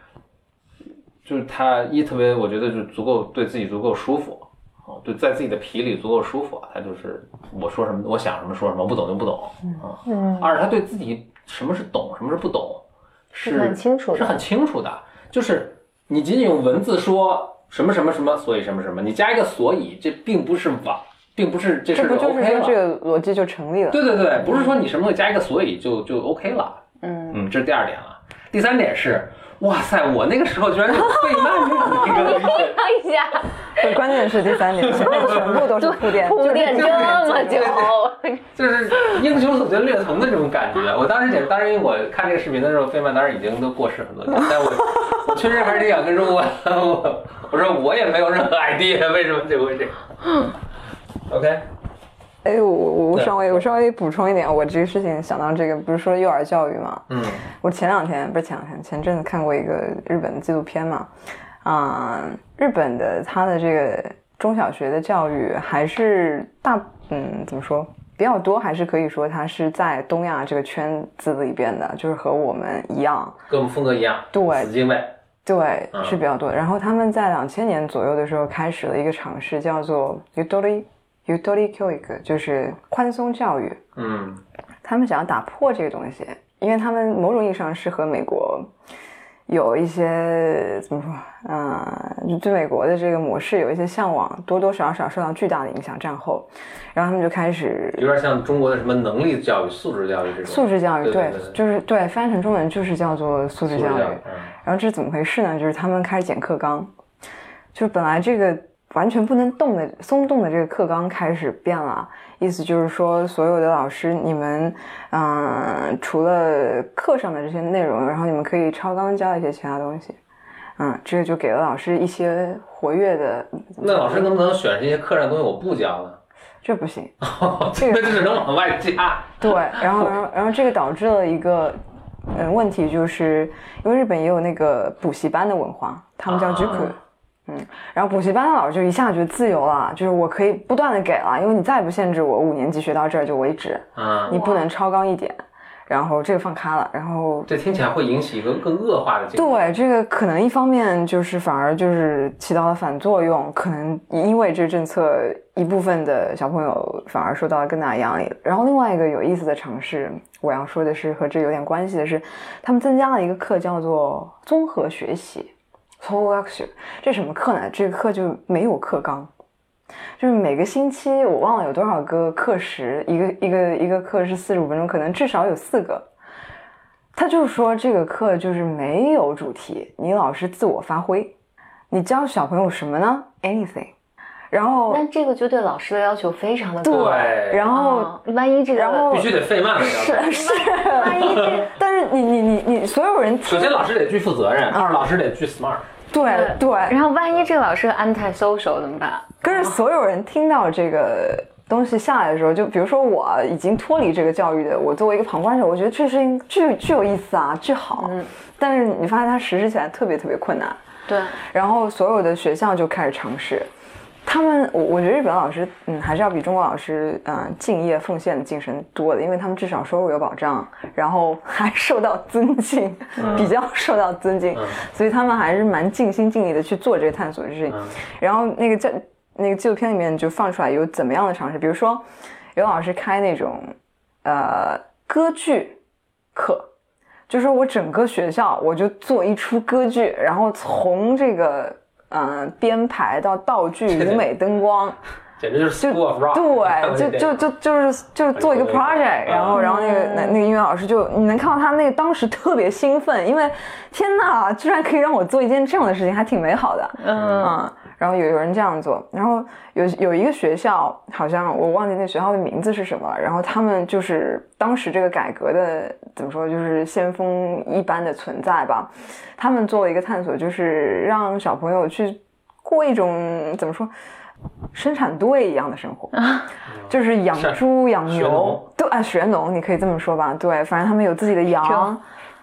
他特别，我觉得就足够对自己足够舒服，对，在自己的皮里足够舒服，他就是我说什么我想什么说什么，不懂就不懂，而他对自己什么是懂什么是不懂是很清楚的， 是很清楚的，就是你仅仅用文字说什么什么什么，所以什么什么，你加一个所以，这并不是并不是这事就 OK 了， 这个逻辑就成立了。 对对对，不是说你什么东西加一个所以就 OK 了。这是第二点了。第三点是，哇塞，我那个时候居然有费曼这样的一个。 一下。 关键是第三点，前面全部都是铺垫， 铺垫这么久， 就是英雄所见略同的这种感觉。我当时因为我看这个视频的时候，费曼当时已经都过世很多年，但我确实还是想跟中国我说我也没有任何 idea 为什么就会这样。OK， 哎，我稍微补充一点，我这个事情想到这个，不是说幼儿教育嘛？我前阵子看过一个日本的纪录片嘛，日本的它的这个中小学的教育还是怎么说比较多，还是可以说它是在东亚这个圈子里边的，就是和我们一样， 跟我们风格一样， 对， 死敬畏。 对，是比较多的。然后他们在2000年左右的时候开始了一个尝试，叫做 Yutori教育，就是宽松教育。他们想要打破这个东西，因为他们某种意义上是和美国有一些怎么说，对美国的这个模式有一些向往，多多少少受到巨大的影响。战后，然后他们就开始有点像中国的什么能力教育、素质教育这种。 素质教育， 对， 就是对，翻译成中文就是叫做素质教育。然后这是怎么回事呢？就是他们开始减课纲，就是本来这个完全不能松动的这个课纲开始变了，意思就是说所有的老师你们除了课上的这些内容，然后你们可以超纲教一些其他东西，这个就给了老师一些活跃的。 那老师能不能选这些课上的东西我不教呢？ 这不行， 这个只能往外加。对， 然后这个导致了一个问题，就是因为日本也有那个补习班的文化，他们叫塾。然后补习班的老师就一下就自由了，就是我可以不断的给了，因为你再不限制我5年级学到这儿就为止，你不能超纲一点，然后这个放开了，然后这听起来会引起一个更恶化的结果。 对，这个可能一方面就是反而就是起到了反作用，可能因为这个政策一部分的小朋友反而受到了更大的压力。然后另外一个有意思的尝试，我要说的是和这有点关系的是，他们增加了一个课叫做综合学习。这什么课呢？这个课就没有课纲，就是每个星期我忘了有多少个课时，一个课是45分钟，可能至少有4个。他就是说这个课就是没有主题，你老师自我发挥，你教小朋友什么呢 ？anything。然后那这个就对老师的要求非常的高。对，然后万一这个， 然后必须得费曼的要求。 是，万一这，但是你所有人， 首先老师得巨负责任，二老师得巨 smart。 对， 然后万一这个老师 anti-social 怎么办？ 可是所有人听到这个东西下来的时候，就比如说我已经脱离这个教育的，我作为一个旁观者，我觉得这事情巨有意思啊，巨好。但是你发现它实施起来特别特别困难。 对。 然后所有的学校就开始尝试。他们，我觉得日本老师，还是要比中国老师，敬业奉献的精神多的，因为他们至少收入有保障，然后还受到尊敬，比较受到尊敬，所以他们还是蛮尽心尽力的去做这个探索的事情。然后那个纪录片里面就放出来有怎么样的尝试，比如说有老师开那种歌剧课，就是我整个学校我就做一出歌剧，然后从这个编排到道具、舞美、灯光， 简直就是 School of Rock。 对，就是做一个 project， 然后那个音乐老师就你能看到他那个当时特别兴奋，因为天哪，居然可以让我做一件这样的事情，还挺美好的。然后有人这样做，然后有一个学校，好像我忘记那学校的名字是什么了，然后他们就是当时这个改革的怎么说，就是先锋一般的存在吧。他们做了一个探索，就是让小朋友去过一种怎么说生产队一样的生活，就是养猪养牛，对，学农你可以这么说吧，对，反正他们有自己的羊，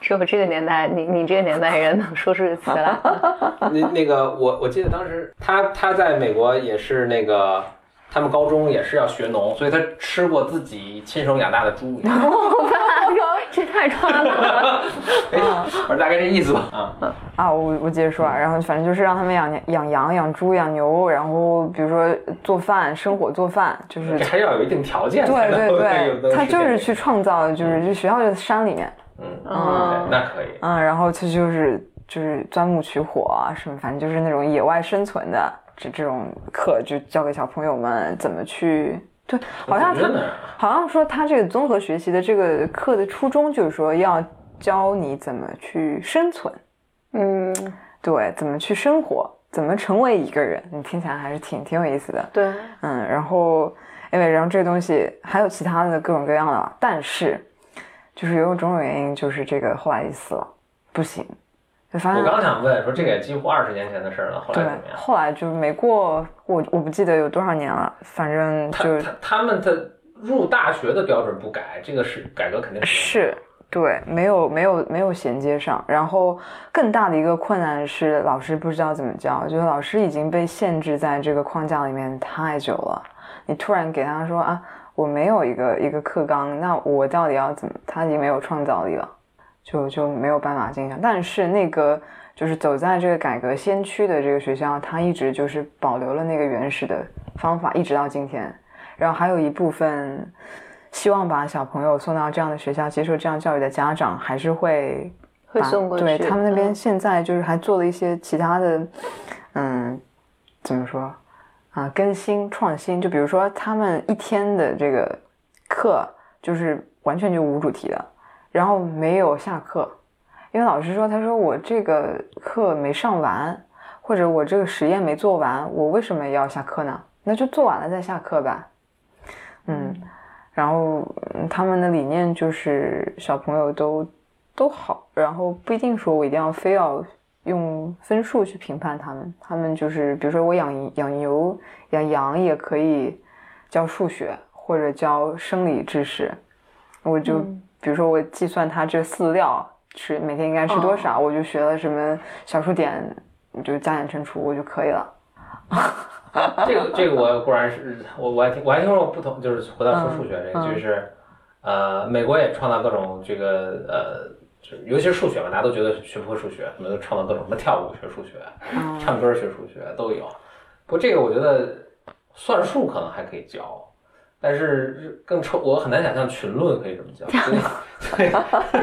只有这个年代，你这个年代人能说出这词来。 那个我记得当时他在美国也是那个。他们高中也是要学农，所以他吃过自己亲手养大的猪。 这太穿了。 我大概这意思吧。 我接着说啊，然后反正就是让他们养羊、养猪、养牛，然后比如说做饭、生火做饭，就是还要有一定条件。 对，他就是去创造，就是这学校就在山里面。 那可以。 然后他就是钻木取火啊什么，反正就是那种野外生存的。这种课就教给小朋友们怎么去对，好像说他这个综合学习的这个课的初衷就是说要教你怎么去生存，对，怎么去生活，怎么成为一个人，你听起来还是挺有意思的， 对， 然后这个东西还有其他的各种各样的，但是就是有种原因，就是这个后来一死了，不行。 我刚想问说，这个也几乎20年前的事了，后来怎么样？ 后来就没过，我不记得有多少年了，反正就他们的入大学的标准不改，这个是改革肯定是对，没有衔接上。然后更大的一个困难是老师不知道怎么教，就是老师已经被限制在这个框架里面太久了，你突然给他说我没有一个课纲，那我到底要怎么？他已经没有创造力了。就没有办法进行，但是那个就是走在这个改革先驱的这个学校，它一直就是保留了那个原始的方法，一直到今天。然后还有一部分希望把小朋友送到这样的学校接受这样教育的家长，还是会送过去。 对，他们那边现在就是还做了一些其他的，怎么说更新创新。就比如说他们一天的这个课就是完全就无主题的。然后没有下课，因为老师说，他说我这个课没上完，或者我这个实验没做完，我为什么要下课呢？那就做完了再下课吧。然后他们的理念就是小朋友都好，然后不一定说我一定要非要用分数去评判他们，他们就是比如说我养牛养羊也可以教数学或者教生理知识，我就比如说我计算它这饲料吃每天应该吃多少，我就学了什么小数点，就加减乘除我就可以了。 这个我固然是我还听说不同，就是回到说数学这个，就是美国也创造各种这个尤其是数学嘛，大家都觉得学不会数学，什么都创造各种什么跳舞学数学，唱歌学数学都有。不过这个我觉得算术可能还可以教。但是我很难想象群论可以这么教，对，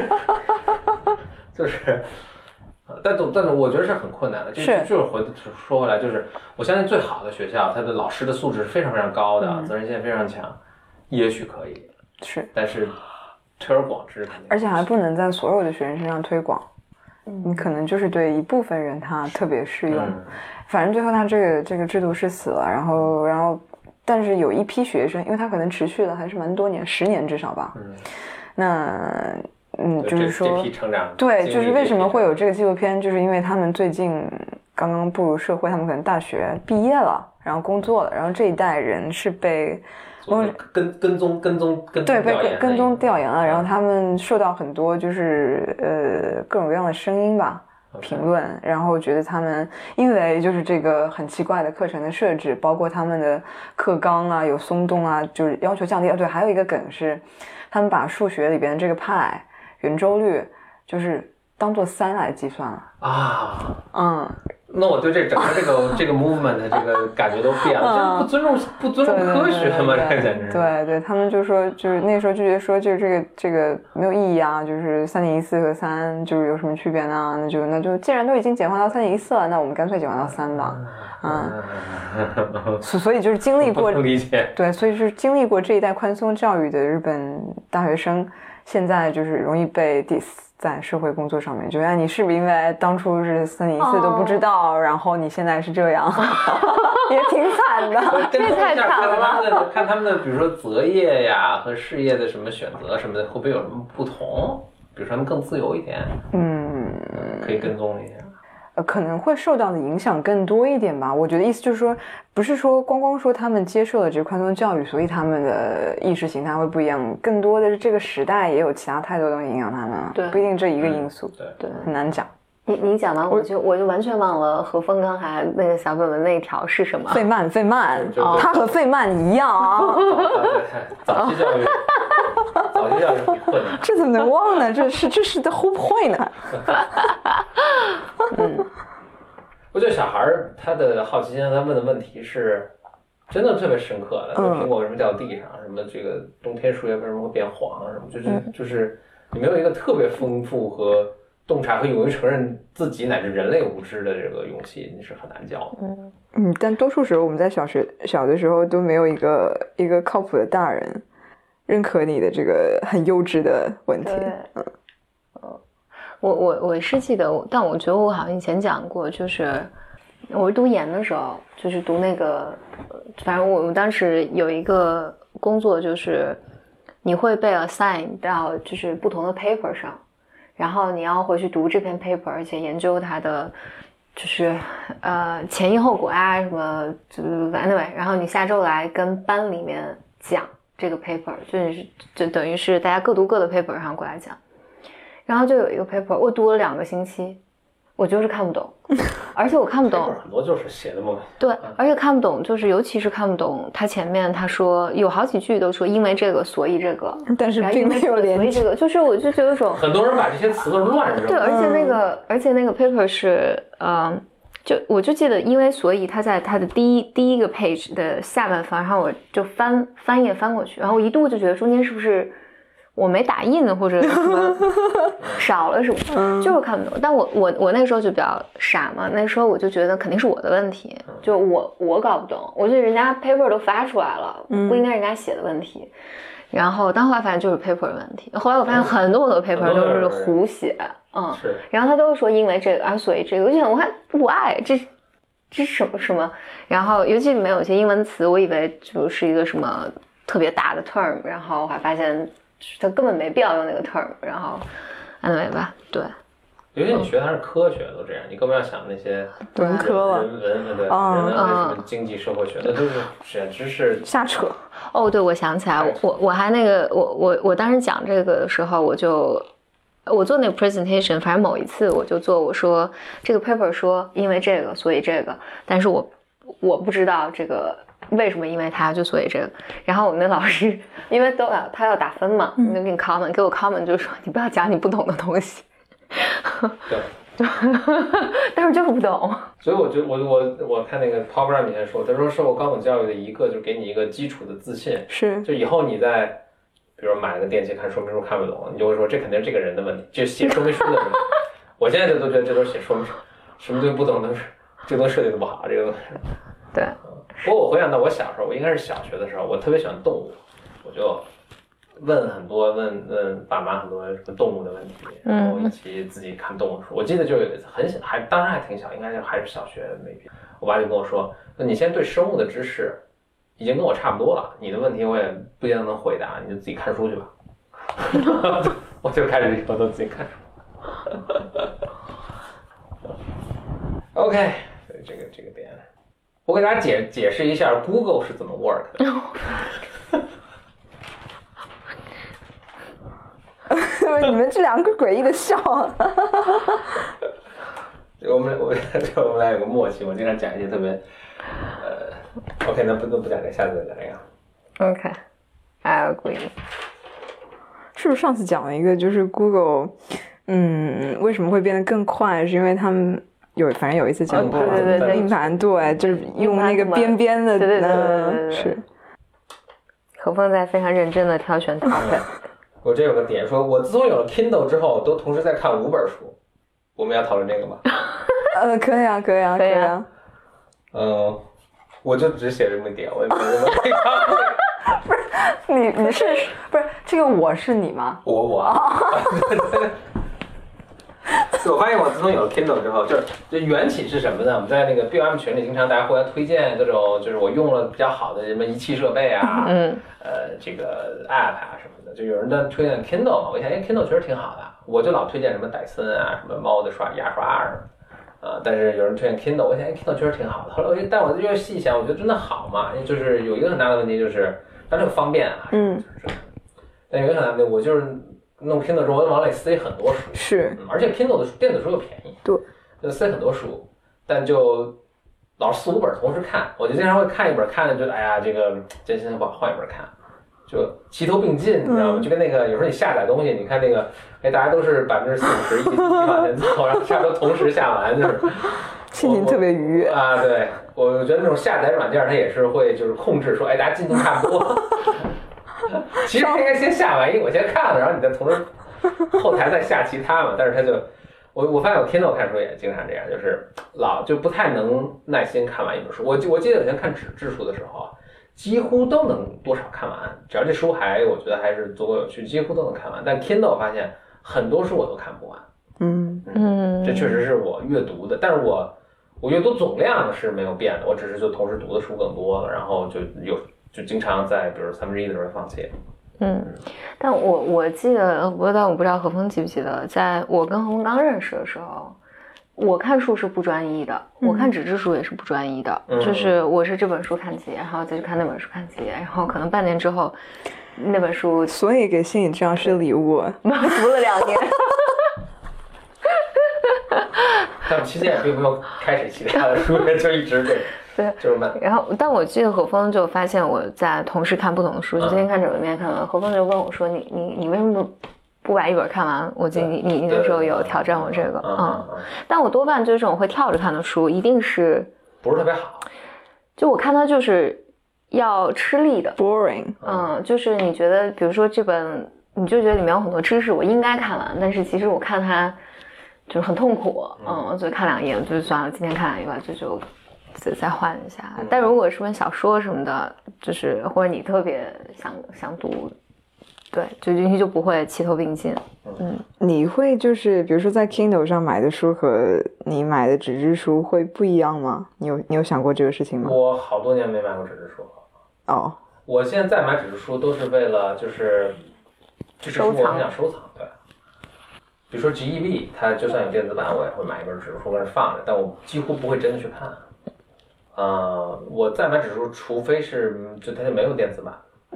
就是，但是我觉得是很困难的，就是说回来，就是我相信最好的学校，它的老师的素质是非常非常高的，责任心非常强，也许可以， 是， 但是推而广之肯定， 而且还不能在所有的学生身上推广，你可能就是对一部分人他特别适用，反正最后他这个制度是死了，然后。但是有一批学生，因为他可能持续了还是蛮多年，10年至少吧。就是说， 这批成长， 对，就是为什么会有这个纪录片，就是因为他们最近刚刚步入社会，他们可能大学毕业了，然后工作了，然后这一代人是被跟踪对，被跟踪调研了，然后他们受到很多就是各种各样的声音吧。评论，然后觉得他们因为就是这个很奇怪的课程的设置，包括他们的课纲啊有松动啊，就是要求降低。对，还有一个梗是，他们把数学里边的这个派圆周率就是当做3来计算了啊。那我对整个这个 movement 的这个感觉都变了，这不尊重科学吗？这简直。 对，他们就说，就是那时候就觉得说，就是这个没有意义啊，就是3.14和3就是有什么区别呢？那就既然都已经简化到3.14了，那我们干脆简化到3吧。所以就是经历过， 不理解。 对，所以是经历过这一代宽松教育的日本大学生，现在就是容易被 diss。在社会工作上面，就你是不是因为当初是3.14都不知道，然后你现在是这样，也挺惨的， 这太惨了。 看他们的，比如说择业呀和事业的什么选择什么的，会不会有什么不同？比如说他们更自由一点，可以跟踪一下。 可能会受到的影响更多一点吧。我觉得意思就是说，不是说光光说他们接受了这个宽松教育，所以他们的意识形态会不一样，更多的是这个时代也有其他太多东西影响他们， 对， 不一定这一个因素， 对， 很难讲。 你讲完我就完全忘了何峰刚才那个小本本那一条是什么。 费曼，他和费曼一样啊。 早期教育很混的， 这怎么能忘呢？这是 the whole point 呢。 我觉得小孩他的好奇心，他问的问题是真的特别深刻的。苹果为什么掉地上？什么这个冬天树叶为什么会变黄？什么就是你没有一个特别丰富和洞察和勇于承认自己乃至人类无知的这个勇气，你是很难教的。 但多数时候我们在小的时候都没有一个靠谱的大人认可你的这个很幼稚的问题。 我是记得，但我觉得我好像以前讲过，就是我读研的时候，就是读那个，反正我们当时有一个工作，就是你会被 assign 到就是不同的 paper 上，然后你要回去读这篇 paper， 而且研究它的就是前因后果啊什么anyway， 然后你下周来跟班里面讲这个 paper， 就等于是大家各读各的 paper 然后过来讲。然后就有一个 paper， 我读了2个星期，我就是看不懂，而且我看不懂很多就是写的嘛。 对，而且看不懂，就是尤其是看不懂他前面他说有好几句都说因为这个所以这个， 但是并没有连接。 所以这个就是我就觉得说很多人把这些词都乱扔。 对，而且那个 paper 是我就记得因为所以他在他的第一个 page 的下半方，然后我就翻页翻过去，然后我一度就觉得中间是不是我没打印或者什么少了什么，就是看不懂。但我那个时候就比较傻嘛，那时候我就觉得肯定是我的问题，就我搞不懂，我觉得人家 paper 都发出来了，不应该人家写的问题。然后但后来发现就是 paper 的问题，后来我发现很多 paper 都是胡写，然后他都说因为这个所以这个，我就想我还why这是什么？然后尤其里面有些英文词，我以为就是一个什么特别大的 term， 然后我还发现他根本没必要用那个 term， 然后 anyway 吧，对。 尤其你学的还是科学，都这样，你更不要想那些文科了， 人文对，人文什么经济社会学，那都是简直是瞎扯。 哦，对，我想起来，我还那个我当时讲这个的时候，我做那个 presentation， 反正某一次我说这个 paper 说因为这个所以这个，但是我不知道这个为什么因为他就所以这个，然后我们那老师因为他要打分嘛，就给你 comment， 给我 comment 就是说你不要讲你不懂的东西。对，但是就是不懂。 所以我看那个 Paul Graham 以前说，他说受过高等教育的一个就是给你一个基础的自信， 是就以后你在比如买了个电器看说明书看不懂，你就会说这肯定是这个人的问题，就写说明书的问题。我现在都觉得这都是写说明书，什么东西不懂都是这个东西设计的不好，这个东西。 对。 不过我回想到我小时候，我应该是小学的时候，我特别喜欢动物，我就问问爸妈很多什么动物的问题，然后一起自己看动物书。我记得就有一次很小，当时还挺小，应该还是小学maybe，我爸就跟我说，你现在对生物的知识已经跟我差不多了，你的问题我也不一定能回答，你就自己看书去吧。我就开始以后都自己看书。OK， 所以这个点，我给大家解释一下 Google 是怎么 work 的。 你们这两个诡异的笑。 我们俩有个默契，我经常讲一些特别OK， 那不讲这个，下次再讲这个。 OK，I agree。 是不是上次讲了一个，就是 Google， 为什么会变得更快？是因为他们反正有一次讲过， 对， 硬盘，对，就是用那个边边的， 对， 是。 何峰在非常认真的挑选topic。 我这有个点，说我自从有了 Kindle 之后，都同时在看5本书。我们要讨论这个吗？ 可以啊。 我就只写这么一点，我也没有什么可以看。 不是你是不是这个我是你吗？ 我。我发现我自从有了 Kindle 之后，就缘起是什么呢？我们在那个 BOM 群里经常大家互相推荐各种，就是我用了比较好的什么仪器设备啊，这个 App 啊什么的，就有人在推荐 Kindle 嘛。我一想，Kindle 确实挺好的，我就老推荐什么戴森啊，什么猫的牙刷啊什么的。 但是有人推荐 Kindle， 我想Kindle 确实挺好的。后来但我就细想，我觉得真的好吗？就是有一个很大的问题，就是当然有方便啊，但有一个很大的问题，我就是弄 Kindle 之后，我往里塞很多书， 是， 而且 Kindle 的电子书又便宜， 对， 就塞很多书，但就老是4、5本同时看，我就经常会看一本，看了就哎呀，这个真心不好，换一本看。就齐头并进，你知道吗？就跟那个有时候你下载东西，你看那个，大家都是40%、50%一起往前走，然后差不多同时下完，就是心情特别愉悦啊。对，我觉得那种下载软件它也是会就是控制说，大家进度差不多。其实应该先下完，因为我先看了，然后你再同时后台再下其他嘛。但是它就我发现我 Kindle 看书也经常这样，就是就不太能耐心看完一本书。我记得以前看纸质书的时候啊。几乎都能多少看完，只要这书我觉得还是足够有趣，几乎都能看完。但 Kindle 我发现很多书我都看不完，这确实是我阅读的，但是我阅读总量是没有变的，我只是就同时读的书更多了，然后就经常在比如1/3的时候放弃。 但我记得，但我不知道何峰记不记得，在我跟何峰刚认识的时候。我看书是不专一的，我看纸质书也是不专一的，就是我是这本书看几页，然后再去看那本书看几页，然后可能半年之后那本书， 所以给心理治疗师礼物， 读了2年。 但期间也并没有开始其他的书，就一直对， 就是慢。 然后，但我记得何峰就发现我在同时看不同的书，就今天看这个，明天看完，何峰就问我说：“你为什么不把一本看完？”我记得你那时候有挑战我这个，但我多半就是这种会跳着看的书，一定是不是特别好。 就我看它就是要吃力的 ，boring， 就是你觉得，比如说这本，你就觉得里面有很多知识，我应该看完，但是其实我看它就是很痛苦，就看2页，就算了，今天看2页吧，就再换一下。但如果是本小说什么的，就是或者你特别想读。对，就不会齐头并进。 你会就是比如说在 Kindle 上买的书和你买的纸质书会不一样吗？你有想过这个事情吗？ 我好多年没买过纸质书了。我现在买纸质书都是为了就是收藏， 我想收藏。对，比如说 GEV， 它就算有电子版，我也会买一本纸质书在那放着，但我几乎不会真的去看。我再买纸质书，除非是就它就没有电子版。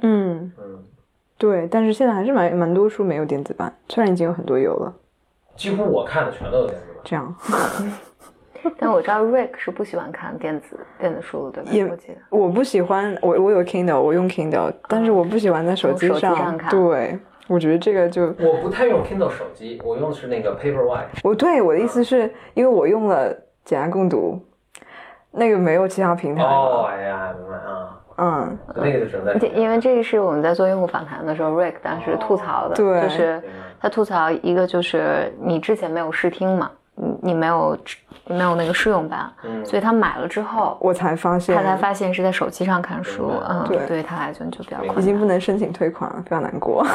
对，但是现在还是蛮多书没有电子版，虽然已经有很多有了。 几乎我看的全都有电子版。 这样。 但我知道 Rick 是不喜欢看电子书的，对吧？我记得我不喜欢，我有 Kindle， 我用 Kindle， 但是我不喜欢在手机上看。 对，我觉得这个就我不太用 Kindle 手机，我用的是那个 Paperwhite。 我的意思是因为我用了简单共读，那个没有其他平台。 哎呀，明白啊。那个就只能在， 因为这个是我们在做用户访谈的时候 Rick 当时吐槽的，就是他吐槽一个就是你之前没有试听嘛，你没有那个试用版，所以他买了之后我才发现是在手机上看书，对他来说就比较困难， 已经不能申请退款了，非常难过。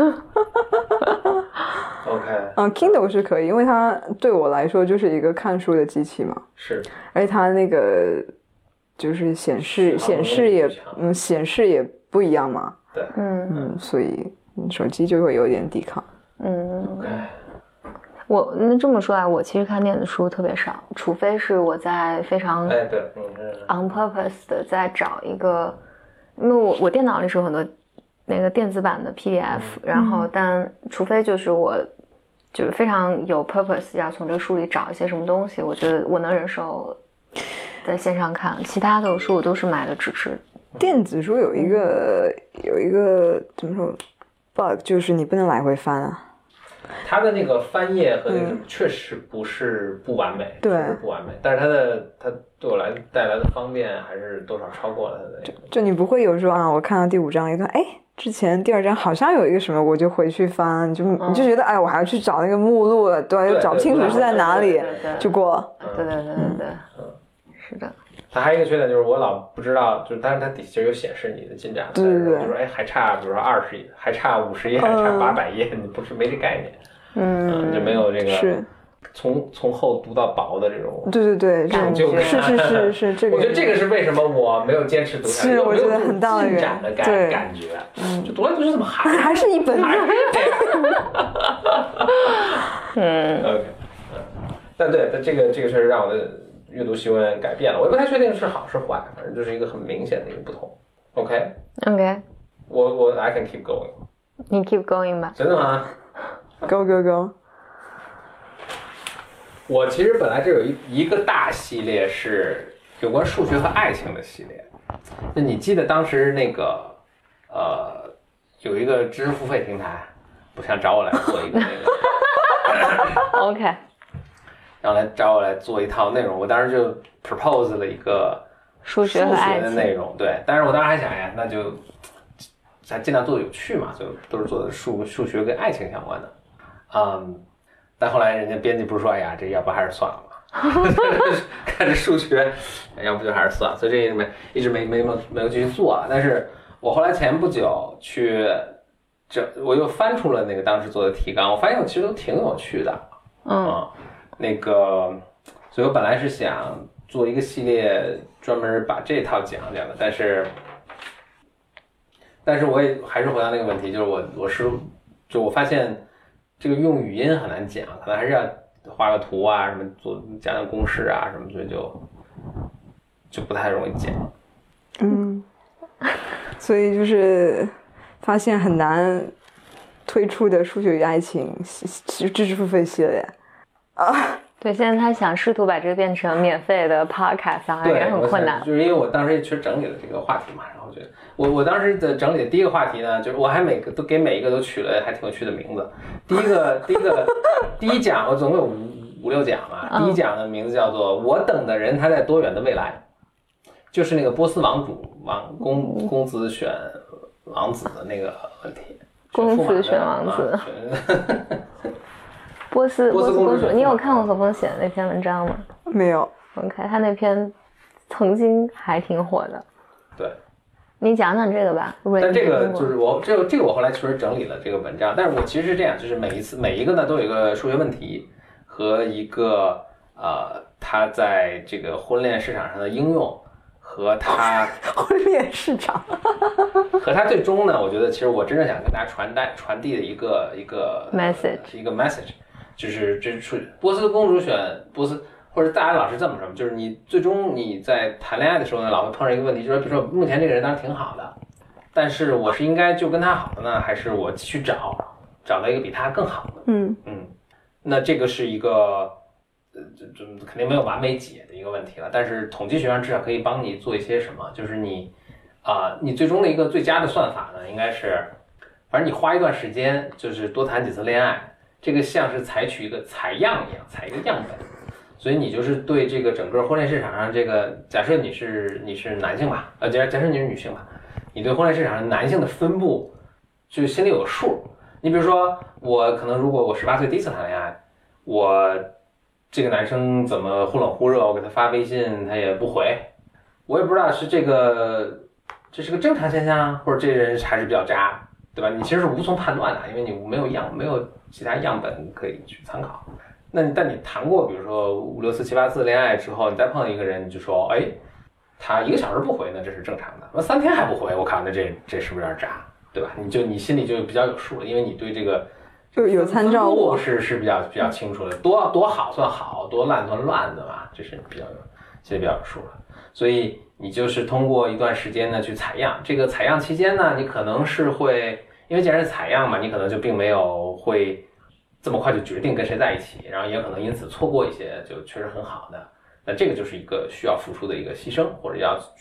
OK， Kindle 是可以，因为它对我来说就是一个看书的机器嘛， 是， 而且它那个就是显示也不一样嘛， 对， 所以手机就会有点抵抗。 OK。 那这么说来，我其实看电子书特别少，除非是我在非常on purpose 的在找一个，因为我电脑里是有很多那个电子版的 PDF，然后但除非就是我就是非常有 purpose 要从这个书里找一些什么东西，我觉得我能忍受在线上看，其他的书我都是买的纸质。 电子书有一个怎么说 bug， 就是你不能来回翻啊。 它的那个翻页和那个确实不完美， 对， 不完美。但是它对我带来的方便还是多少超过了它的。 就你不会有说我看到第5章一段，之前第2章好像有一个什么，我就回去翻，你就觉得我还要去找那个目录了，对，找不清楚是在哪里，就过了。 对，是的。 它还有一个缺点就是我老不知道，就是但是它底下有显示你的进展， 对， 就是还差，比如说20页，还差50页，还差800页，你不是没这概念，就没有这个是从厚读到薄的这种， 对，这种是这个。 我觉得这个是为什么我没有坚持读下来， 我觉得很大的进展的感觉，就读来读去怎么还是一本， OK。 但这个确实让我的阅读习惯改变了，我也不太确定是好是坏，反正就是一个很明显的一个不同。OK， 我 I can keep going， 你 keep going 吧。 真的吗 ？Go go go！ 我其实本来这有一个大系列是有关数学和爱情的系列，就你记得当时那个有一个知识付费平台，不想找我来做一个那个 OK， 然后来找我来做一套内容，我当时就 propose 了一个数学和爱的内容，对，但是我当时还想呀，那就咱尽量做的有趣嘛，所以都是做的数学跟爱情相关的，但后来人家编辑不是说，哎呀，这要不还是算了吧，看着数学，要不就还是算了，所以这一直没有继续做啊。但是我后来前不久我又翻出了那个当时做的提纲，我发现我其实都挺有趣的，那个，所以我本来是想做一个系列，专门把这套讲讲的，但是我也还是回到那个问题，就是我发现这个用语音很难讲，可能还是要画个图啊，什么讲讲公式啊什么，所以就不太容易讲。 所以就是发现很难推出的数学与爱情知识付费系列啊。 对，现在他想试图把这个变成免费的 podcast， 也很困难。 就是因为我当时确实整理了这个话题嘛，然后觉得我当时的整理的第一个话题呢，就是我还每一个都取了还挺有趣的名字。第一讲我总共有5-6讲嘛，第一讲的名字叫做《我等的人他在多远的未来》，就是那个波斯公子选王子的那个问题。 公子选王子。波斯公主，你有看过何峰写的那篇文章吗？ 没有。 OK， 他那篇曾经还挺火的。 对， 你讲讲这个吧。 但这个就是这个我后来确实整理了这个文章，但是我其实是这样，就是每一个呢都有一个数学问题和一个它在这个婚恋市场上的应用和它婚恋市场和它最终呢，我觉得其实我真正想跟大家传递的一个 message。就是波斯公主选波斯，或者大家老是这么说，就是你最终你在谈恋爱的时候呢，老会碰上一个问题，就是比如说目前这个人当然挺好的，但是我是应该就跟他好的呢，还是我继续找到一个比他更好的？那这个是一个就肯定没有完美解的一个问题了，但是统计学上至少可以帮你做一些什么，就是你最终的一个最佳的算法呢，应该是反正你花一段时间，就是多谈几次恋爱。这个像是采取一个采样一样，采一个样本，所以你就是对这个整个婚恋市场上这个，假设你是男性吧，假设你是女性吧，你对婚恋市场上男性的分布就心里有个数。你比如说我可能如果我18岁第一次谈恋爱，我这个男生怎么忽冷忽热，我给他发微信他也不回，我也不知道是这是个正常现象，或者这人还是比较渣，对吧？你其实是无从判断的，因为你没有其他样本可以去参考。但你谈过比如说5、6次、7、8次恋爱之后，你再碰到一个人，你就说，哎，他1个小时不回，那这是正常的。那3天还不回，我靠，那这是不是有点渣，对吧？你心里就比较有数了，因为你对这个就有参照物是比较清楚的，多好算好，多烂算乱的嘛，这是心里比较有数的。所以你就是通过一段时间呢去采样，这个采样期间呢，你可能是会。因为既然是采样嘛，你可能就并没有会这么快就决定跟谁在一起，然后也可能因此错过一些就确实很好的。那这个就是一个需要付出的一个牺牲，或者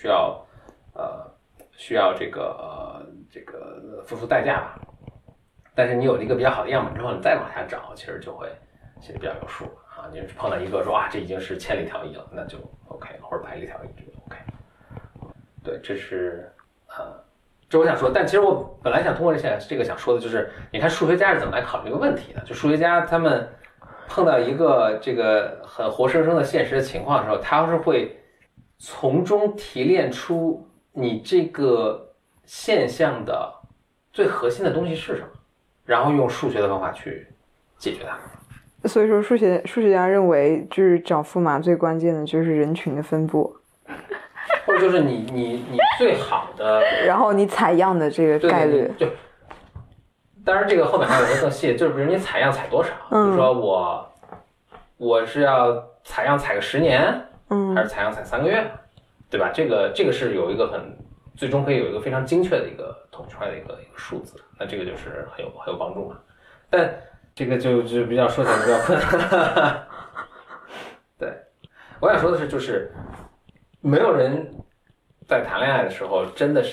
需要这个付出代价吧。但是你有了一个比较好的样本之后，你再往下找，其实就会心里比较有数啊。你碰到一个说这已经是千里迢逸了，那就 OK， 或者百里迢逸就 OK。对，这是这我想说，但其实我本来想通过这个想说的就是，你看数学家是怎么来考虑这个问题的？就数学家他们碰到一个这个很活生生的现实的情况的时候，他是会从中提炼出你这个现象的最核心的东西是什么，然后用数学的方法去解决它。 所以说，数学家认为，就是找驸马最关键的就是人群的分布。 或者就是你最好的， 然后你采样的这个概率， 对，当然这个后面还有一个更细，就是比如你采样采多少，比如说我是要采样采个10年，还是采样采3个月，对吧？这个是有一个最终可以有一个非常精确的一个统计出来的一个数字，那这个就是很有帮助嘛。但这个就比较说起来比较困难。对，我想说的是，就是没有人在谈恋爱的时候真的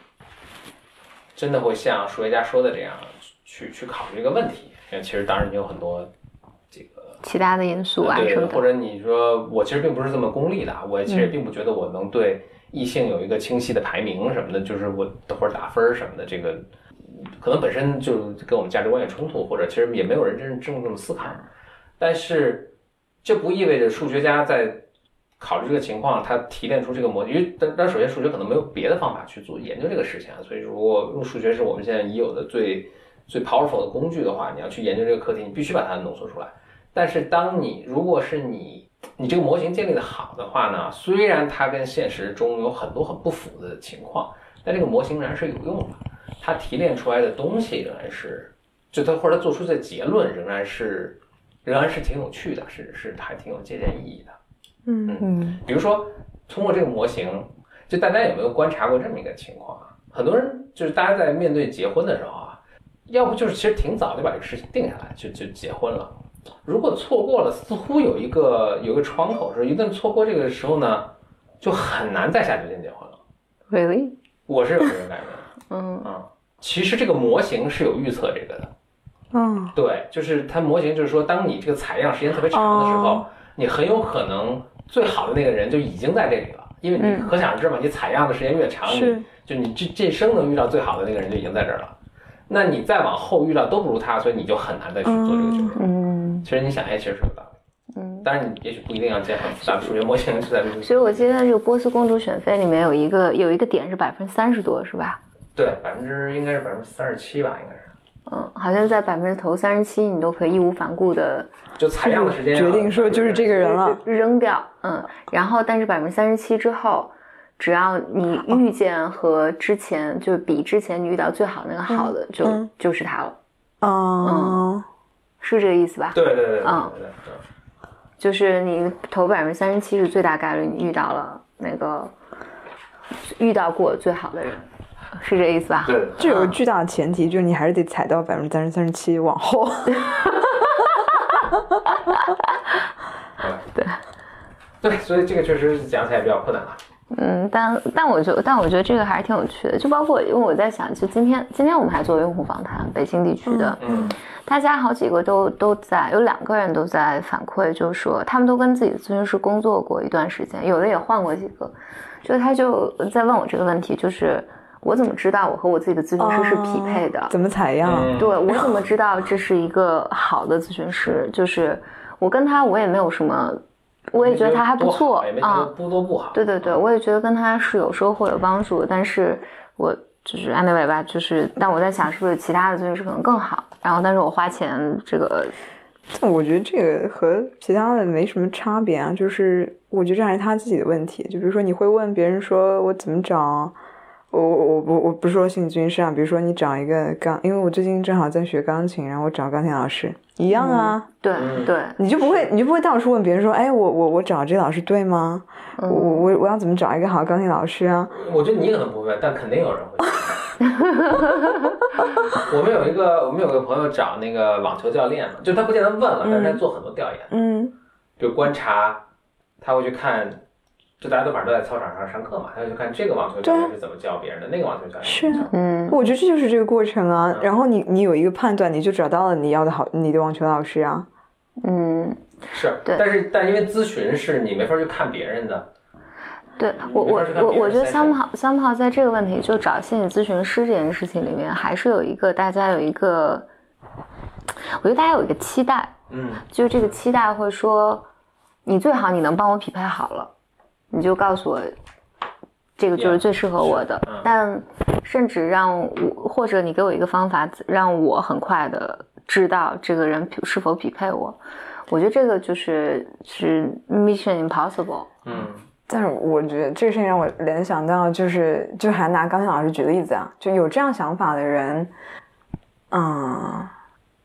会像数学家说的这样去考虑这个问题，因为其实当然你有很多这个其他的因素啊什么的， 或者你说我其实并不是这么功利的，我其实并不觉得我能对异性有一个清晰的排名什么的，就是我等会儿打分什么的，这个可能本身就跟我们价值观有冲突，或者其实也没有人真正这么思考。但是这不意味着数学家在考虑这个情况，他提炼出这个模型，因为但首先数学可能没有别的方法去做研究这个事情，所以如果用数学是我们现在已有的最 powerful 的工具的话，你要去研究这个课题，你必须把它浓缩出来。但是如果是你这个模型建立的好的话呢，虽然它跟现实中有很多很不符的情况，但这个模型仍然是有用的，它提炼出来的东西仍然是，或者它做出的结论仍然是挺有趣的，是还挺有借鉴意义的。比如说通过这个模型，就大家有没有观察过这么一个情况啊？很多人就是大家在面对结婚的时候啊，要不就是其实挺早就把这个事情定下来，就结婚了。如果错过了，似乎有一个窗口，是一旦错过这个时候呢，就很难再下决心结婚了。 Really？ 我是有这个感觉。其实这个模型是有预测这个的。对，就是它模型就是说，当你这个采样时间特别长的时候，你很有可能最好的那个人就已经在这里了，因为你可想而知嘛，你采样的时间越长，你这生能遇到最好的那个人就已经在这儿了。那你再往后遇到都不如他，所以你就很难再去做这个决定。其实你想，其实是有道理。当然你也许不一定要建很复杂的数学模型去在这个。 所以我记得这个波斯公主选妃里面有一个点是30%多，是吧？ 对，应该是37%吧，应该是。 好像在头37%你都可以义无反顾的就采样的时间决定说就是这个人了， 扔掉。然后但是37%之后，只要你遇见和之前就比之前你遇到最好那个好的，就是他了。是这个意思吧？ 对。 就是你投37%是最大概率你遇到过最好的人，是这个意思吧？ 对。 这有个巨大的前提，就是你还是得踩到37%往后。 对，所以这个确实讲起来比较困难了。 但我觉得这个还是挺有趣的，就包括因为我在想，就今天我们还做用户访谈，北京地区的，大家好几个都在，有2个人都在反馈，就是说他们都跟自己的咨询师工作过一段时间，有的也换过几个，就他就在问我这个问题，就是我怎么知道我和我自己的咨询师是匹配的？ 怎么采样？ 对，我怎么知道这是一个好的咨询师？就是我跟他，我也没有什么。我也觉得他还不错啊，不多不好。 对，我也觉得跟他是有收获有帮助，但是我就是anyway吧，就是但我在想是不是其他的咨询师可能更好，然后但是我花钱这个， 但我觉得这个和其他的没什么差别啊，就是我觉得这还是他自己的问题。就比如说你会问别人说我怎么找。我不是说心理咨询师啊，比如说你找一个因为我最近正好在学钢琴，然后我找钢琴老师一样啊。 对， 你就不会到处问别人说，哎，我找这老师对吗？我要怎么找一个好的钢琴老师啊？ 我觉得你可能不会，但肯定有人会。我们有个朋友找那个网球教练嘛，就他不见得问了，但是他做很多调研，比如观察，他会去看。就大家晚上都在操场上上课嘛，他就看这个网球教练是怎么教别人的，那个网球教练是我觉得这就是这个过程啊。然后你有一个判断，你就找到了你要的你的网球老师啊。 是，但因为咨询是你没法去看别人的。 对，我觉得somehow在这个问题，就找心理咨询师这件事情里面，还是大家有一个，我觉得大家有一个期待，就是这个期待会说，你最好你能帮我匹配好了。你就告诉我，这个就是最适合我的。但甚至让我，或者你给我一个方法，让我很快的知道这个人是否匹配我。我觉得这个是 mission impossible。 但是我觉得这个事情让我联想到，就还拿钢琴老师举例子啊，就有这样想法的人，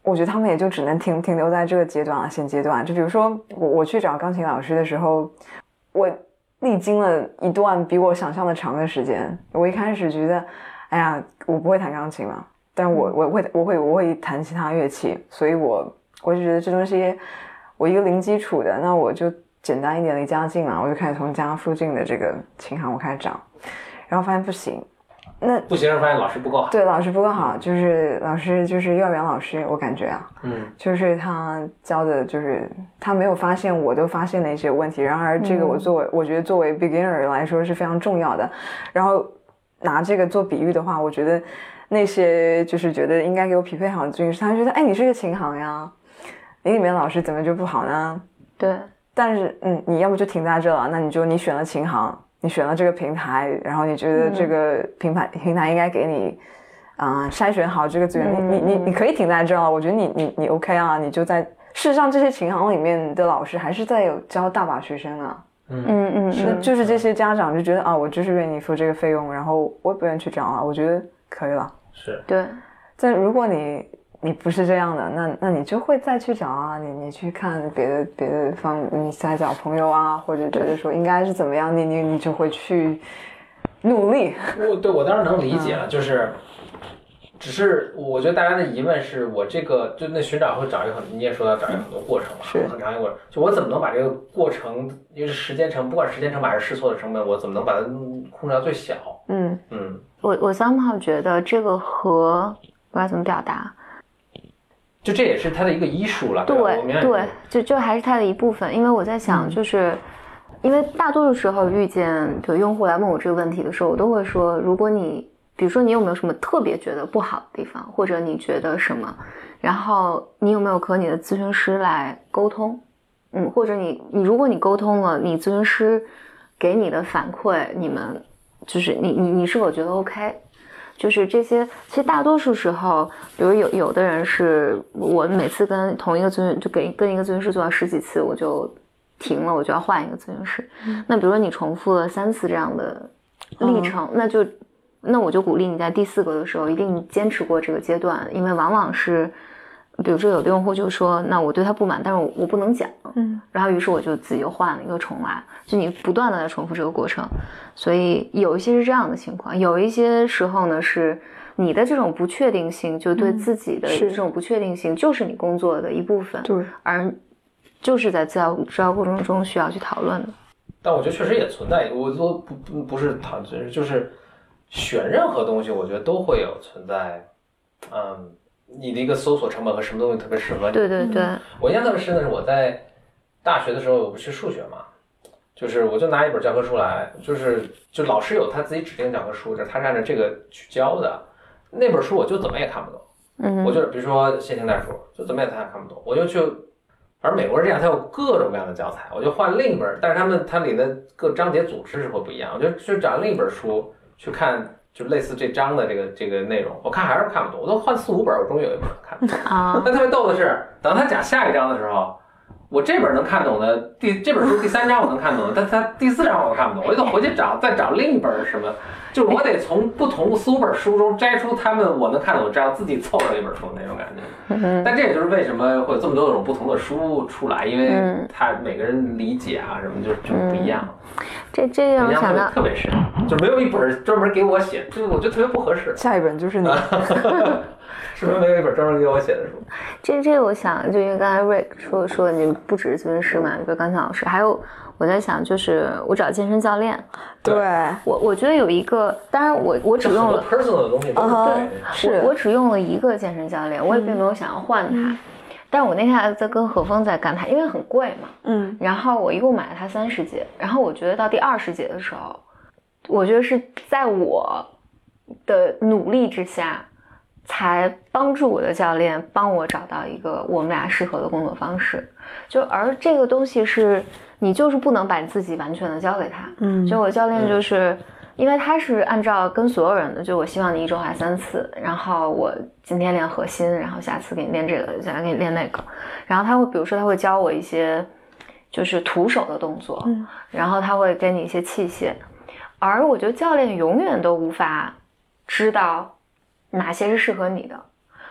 我觉得他们也就只能停留在这个阶段了，现阶段。就比如说我去找钢琴老师的时候，我历经了一段比我想象的长的时间。我一开始觉得，哎呀，我不会弹钢琴嘛，但我会弹其他乐器，所以我就觉得这东西我一个零基础的，那我就简单一点离家近嘛，我就开始从家附近的这个琴行我开始找，然后发现不行。那不行，发现老师不够好。 对，老师不够好，就是老师就是幼儿园老师，我感觉啊，就是他教的，就是他没有发现我都发现的一些问题。然而这个我觉得作为 beginner 来说是非常重要的。然后拿这个做比喻的话，我觉得那些就是觉得应该给我匹配好的咨询师，他觉得哎，你是个琴行呀，你里面老师怎么就不好呢？ 对， 但是你要不就停在这了，那你选了琴行。你选了这个平台，然后你觉得这个平台应该给你筛选好这个资源，你可以停在这了。我觉得你 OK 啊，你就在事实上这些琴行里面的老师还是在有教大把学生啊。那就是这些家长就觉得啊，我就是愿意付这个费用，然后我也不愿意去找啊，我觉得可以了。 是对， 但如果你不是这样的，那你就会再去找啊，你去看别的方，你再找朋友啊，或者觉得说应该是怎么样，你就会去努力。 我当然能理解了，只是我觉得大家的疑问是我这个就那寻找会找一个你也说到找一个很多过程嘛，很长一个过程，就我怎么能把这个过程，因为是时间成，不管是时间成本还是试错的成本，我怎么能把它控制到最小？ 我somehow觉得这个和不知道怎么表达。 就这也是他的一个医术了， 对，就还是他的一部分。因为我在想，就是因为大多数时候遇见比如用户来问我这个问题的时候，我都会说，如果你比如说你有没有什么特别觉得不好的地方，或者你觉得什么，然后你有没有和你的咨询师来沟通，或者你如果你沟通了，你咨询师给你的反馈，你们就是你是否觉得 OK？就是这些，其实大多数时候，比如有的人是我每次跟同一个咨询，就跟一个咨询师做到10几次，我就停了，我就要换一个咨询师。那比如说你重复了3次这样的历程，那我就鼓励你在第4个的时候一定坚持过这个阶段，因为往往是，比如说有的用户就说，那我对他不满，但是我不能讲，然后于是我就自己又换了一个重来，就你不断的在重复这个过程。所以有一些是这样的情况，有一些时候呢是你的这种不确定性，就对自己的这种不确定性就是你工作的一部分， 对， 而就是在治疗过程中需要去讨论的。 但我觉得确实也存在，我说不是讨论，就是选任何东西，我觉得都会有存在，你的一个搜索成本和什么东西特别适合你。 对， 我印象特别深的是我在大学的时候，我不是数学嘛。就是我就拿一本教科书来，就老师有他自己指定教科书，他是按照这个去教的。那本书我就怎么也看不懂，我就是比如说线性代数，就怎么也看不懂，我就去。而美国是这样，它有各种各样的教材，我就换另一本，但是它里的各章节组织是会不一样，我就去找另一本书去看，就类似这章的这个内容，我看还是看不懂，我都换4、5本，我终于有一本看不懂。但特别逗的是，等他讲下一章的时候。我这本能看懂的，这本书第3章我能看懂的，但它第4章我看不懂，我就得回去再找另一本什么，就是我得从不同4、5本书中摘出他们我能看懂，这样自己凑成一本书那种感觉。但这也就是为什么会有这么多种不同的书出来，因为他每个人理解啊什么就不一样。 这让我想到特别深，就没有一本专门给我写，就我觉得特别不合适。 下一本就是你。 是不是没有一本专门给我写的书？ 这我想，就因为刚才 Rick 说你不只是咨询师嘛，比如钢琴老师，还有我在想，就是我找健身教练。 对， 我觉得有一个，当然我只用了 personal 的东西， 对，我只用了一个健身教练，我也并没有想要换他。但我那天还在跟何峰在干他，因为很贵嘛，然后我一共买了他30节，然后我觉得到第20节的时候，我觉得是在我的努力之下。才帮助我的教练帮我找到一个我们俩适合的工作方式，而这个东西是你就是不能把你自己完全的交给他，就我教练就是因为他是按照跟所有人的，就我希望你1周来3次，然后我今天练核心，然后下次给你练这个，下次给你练那个，然后他会比如说他会教我一些就是徒手的动作，然后他会给你一些器械，而我觉得教练永远都无法知道哪些是适合你的，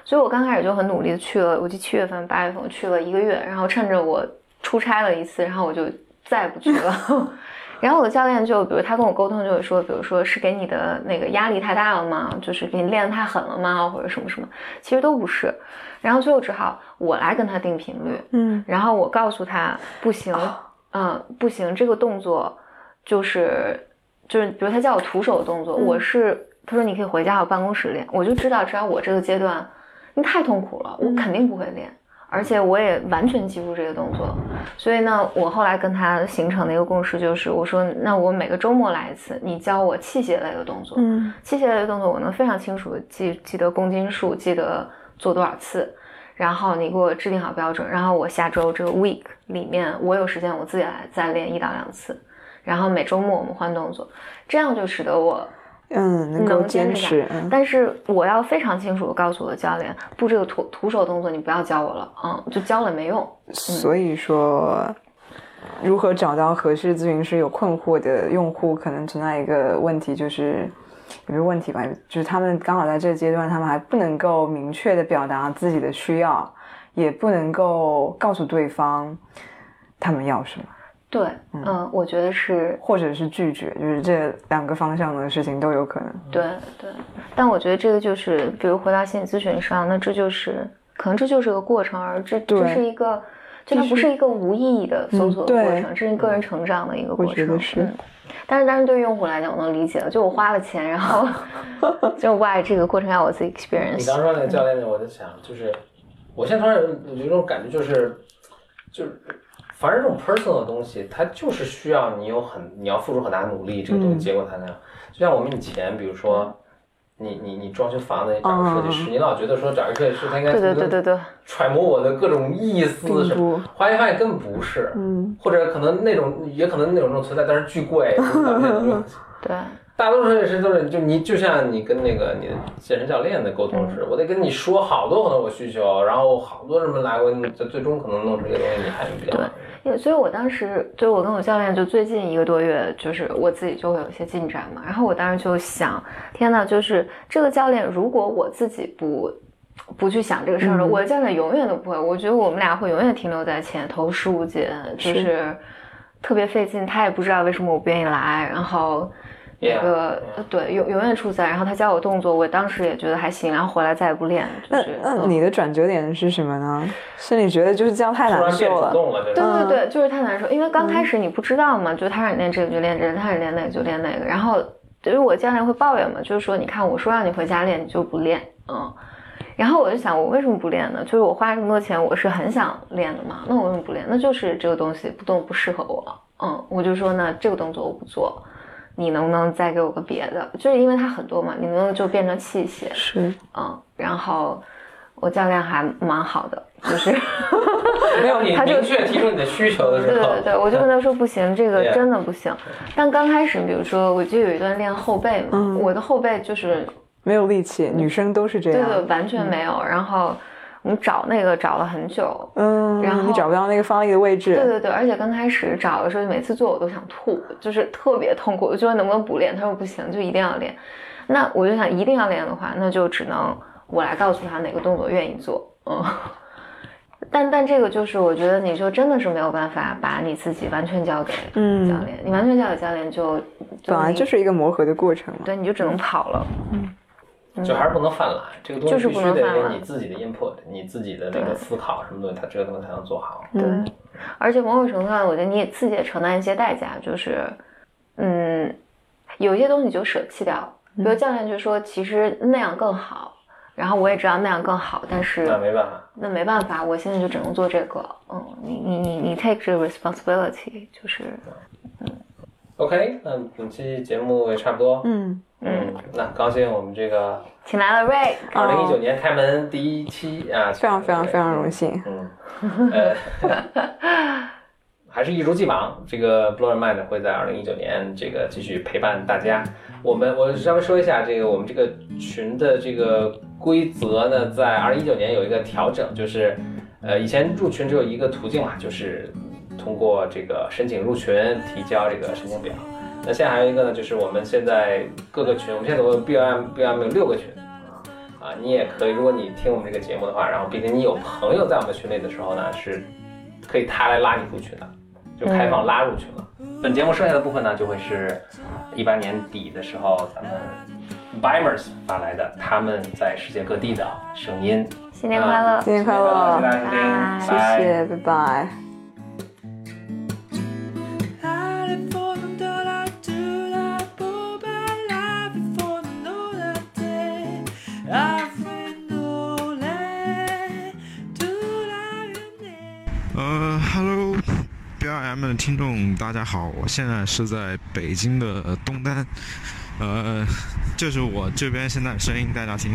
所以我刚开始就很努力的去了，我记得7月份、8月份我去了1个月，然后趁着我出差了一次，然后我就再也不去了。然后我的教练就比如他跟我沟通就会说，比如说是给你的那个压力太大了吗？就是给你练得太狠了吗？或者什么什么，其实都不是。然后最后只好我来跟他定频率，然后我告诉他不行，不行，这个动作就是比如他叫我徒手动作，他说你可以回家我办公室练，我就知道只要我这个阶段你太痛苦了，我肯定不会练，而且我也完全记不住这个动作。所以呢，我后来跟他形成的一个共识就是，我说那我每个周末来一次，你教我器械类的动作，器械类的动作我能非常清楚的记得公斤数，记得做多少次，然后你给我制定好标准，然后我下周这个 week 里面我有时间我自己来再练1到2次，然后每周末我们换动作，这样就使得我能够坚持。 但是我要非常清楚地告诉我的教练，不，这个徒手动作你不要教我了，就教了没用。 所以说如何找到合适咨询师有困惑的用户，可能存在一个问题，就是有个问题吧，就是他们刚好在这个阶段，他们还不能够明确的表达自己的需要，也不能够告诉对方他们要什么。 对，我觉得是， 或者是拒绝，就是这2个方向的事情都有可能。 对，但我觉得这个就是，比如回到心理咨询上，那这就是可能这就是个过程，而这是一个，就它不是一个无意义的搜索的过程，这是个人成长的一个过程。 我觉得是。 但是对于用户来讲，我能理解了，就我花了钱，然后就why这个过程要我自己 experience。 你刚说那个教练呢，我在想，就是我现在突然有一种感觉，就是反正这种 personal 的东西，它就是需要你要付出很大的努力，这个东西结果才那样。就像我们以前，比如说你装修房子找个设计师，你老觉得说找一个设计师他应该对揣摩我的各种意思什么，后来发现根本不是，或者可能那种也可能那种存在，但是巨贵， 对。 大多数设计师都是就像你跟那个你的健身教练的沟通是，我得跟你说好多我需求，然后好多人来过，最终可能弄出这个东西你还比较。 对，所以我当时就我跟我教练就最近1个多月，就是我自己就会有一些进展嘛，然后我当时就想，天哪，就是这个教练如果我自己不去想这个事儿了，我的教练永远都不会，我觉得我们俩会永远停留在前头15节，就是特别费劲，他也不知道为什么我不愿意来，然后。那个对，永远处在，然后他教我动作，我当时也觉得还行，然后回来再也不练。 那你的转折点是什么呢？是你觉得就是这样太难受了？ 对，就是太难受，因为刚开始你不知道嘛，就他让你练这个就练这个，他让你练那个就练那个，然后就是我教练会抱怨嘛，就是说你看我说让你回家练，你就不练，然后我就想我为什么不练呢？就是我花这么多钱，我是很想练的嘛，那我为什么不练？那就是这个东西不适合我，我就说呢这个动作我不做。你能不能再给我个别的？就是因为它很多嘛，你能不能就变成器械？ 是， 然后我教练还蛮好的，就是没有你明确提出你的需求的时候， 对，我就跟他说不行，这个真的不行。但刚开始，比如说我就有一段练后背嘛，我的后背就是没有力气，女生都是这样， 对，完全没有。然后我们找了很久，然后你找不到那个发力的位置， 对，而且刚开始找的时候，每次做我都想吐，就是特别痛苦。我就说能不能不练，他说不行，就一定要练。那我就想一定要练的话，那就只能我来告诉他哪个动作愿意做，但这个就是我觉得你就真的是没有办法把你自己完全交给教练，你完全交给教练就本来就是一个磨合的过程嘛， 对，你就只能跑了， 就还是不能犯懒，这个东西必须得有你自己的 input， 你自己的那个思考什么东西，它这个东西才能做好。 对，而且某种程度上，我觉得你也自己也承担一些代价，就是有一些东西就舍弃掉，比如教练就说其实那样更好，然后我也知道那样更好，但是那没办法，我现在就只能做这个。你 take 这个 responsibility， 就是 OK， 那本期节目也差不多。那高兴我们这个请来了 Ray， 2019年开门第1期啊， 非常非常非常荣幸。 还是一如既往，这个 Blow Your Mind 会在2019年这个继续陪伴大家。我稍微说一下这个我们这个群的这个规则呢，在2019年有一个调整，就是以前入群只有一个途径嘛，就是通过这个申请入群提交这个申请表。那现在还有一个呢，就是我们现在各个群，我们现在有 BOM 有6个群， 你也可以，如果你听我们这个节目的话，然后并且你有朋友在我们群里的时候呢，是可以他来拉你入群的，就开放拉入群了。本节目剩下的部分呢，就会是18年底的时候咱们 Bimers 发来的他们在世界各地的声音。 新年快乐！ 新年快乐！ 谢谢大家收听， 谢谢，拜拜。 Hello BRM 的听众大家好，我现在是在北京的东单，这是我这边现在的声音，大家听。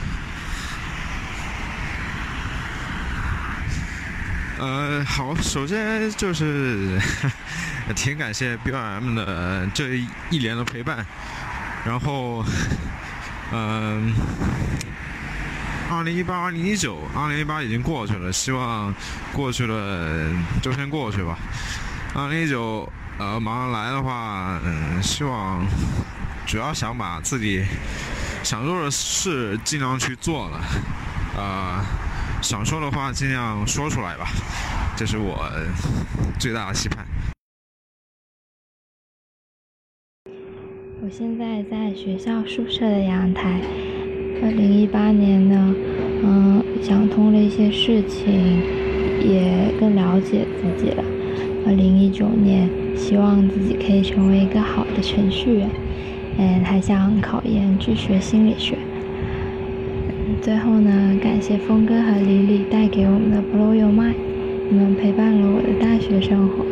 好，首先就是挺感谢 BRM 的这一年的陪伴，然后2018、2019已经过去了，希望过去了就先过去吧。2019马上来的话，希望主要想把自己想做的事尽量去做了，想说的话尽量说出来吧，这是我最大的期盼。 我现在在学校宿舍的阳台。2018年呢，想通了一些事情，也更了解自己了。2019年，希望自己可以成为一个好的程序员，还想考研去学心理学。最后呢，感谢峰哥和李李带给我们的 Blow Your Mind， 你们陪伴了我的大学生活。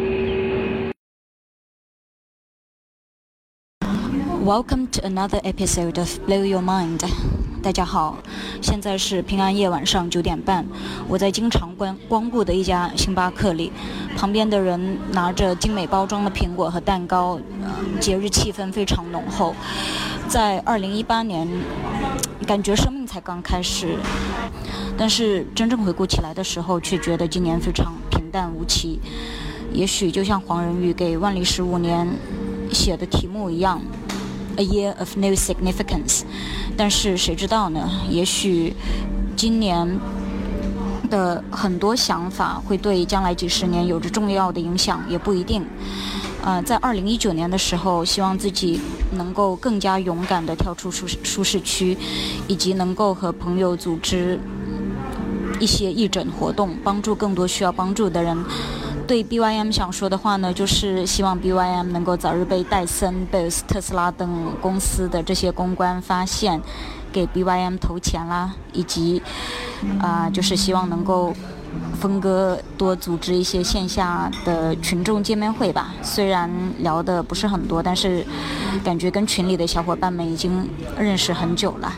Welcome to another episode of Blow Your Mind。 大家好，现在是平安夜晚上9点半，我在经常光顾的一家星巴克里，旁边的人拿着精美包装的苹果和蛋糕，节日气氛非常浓厚。在2018年，感觉生命才刚开始，但是真正回顾起来的时候，却觉得今年非常平淡无奇。也许就像黄仁宇给万历15年写的题目一样，A year of no significance， 但是谁知道呢？也许今年的很多想法会对将来几十年有着重要的影响，也不一定。在2019年的时候，希望自己能够更加勇敢地跳出舒适区，以及能够和朋友组织一些义诊活动，帮助更多需要帮助的人。对 BYM 想说的话呢，就是希望 BYM 能够早日被戴森、BOSS、特斯拉等公司的这些公关发现，给 BYM 投钱啦，以及就是希望能够峰哥多组织一些线下的群众见面会吧。虽然聊的不是很多，但是感觉跟群里的小伙伴们已经认识很久了。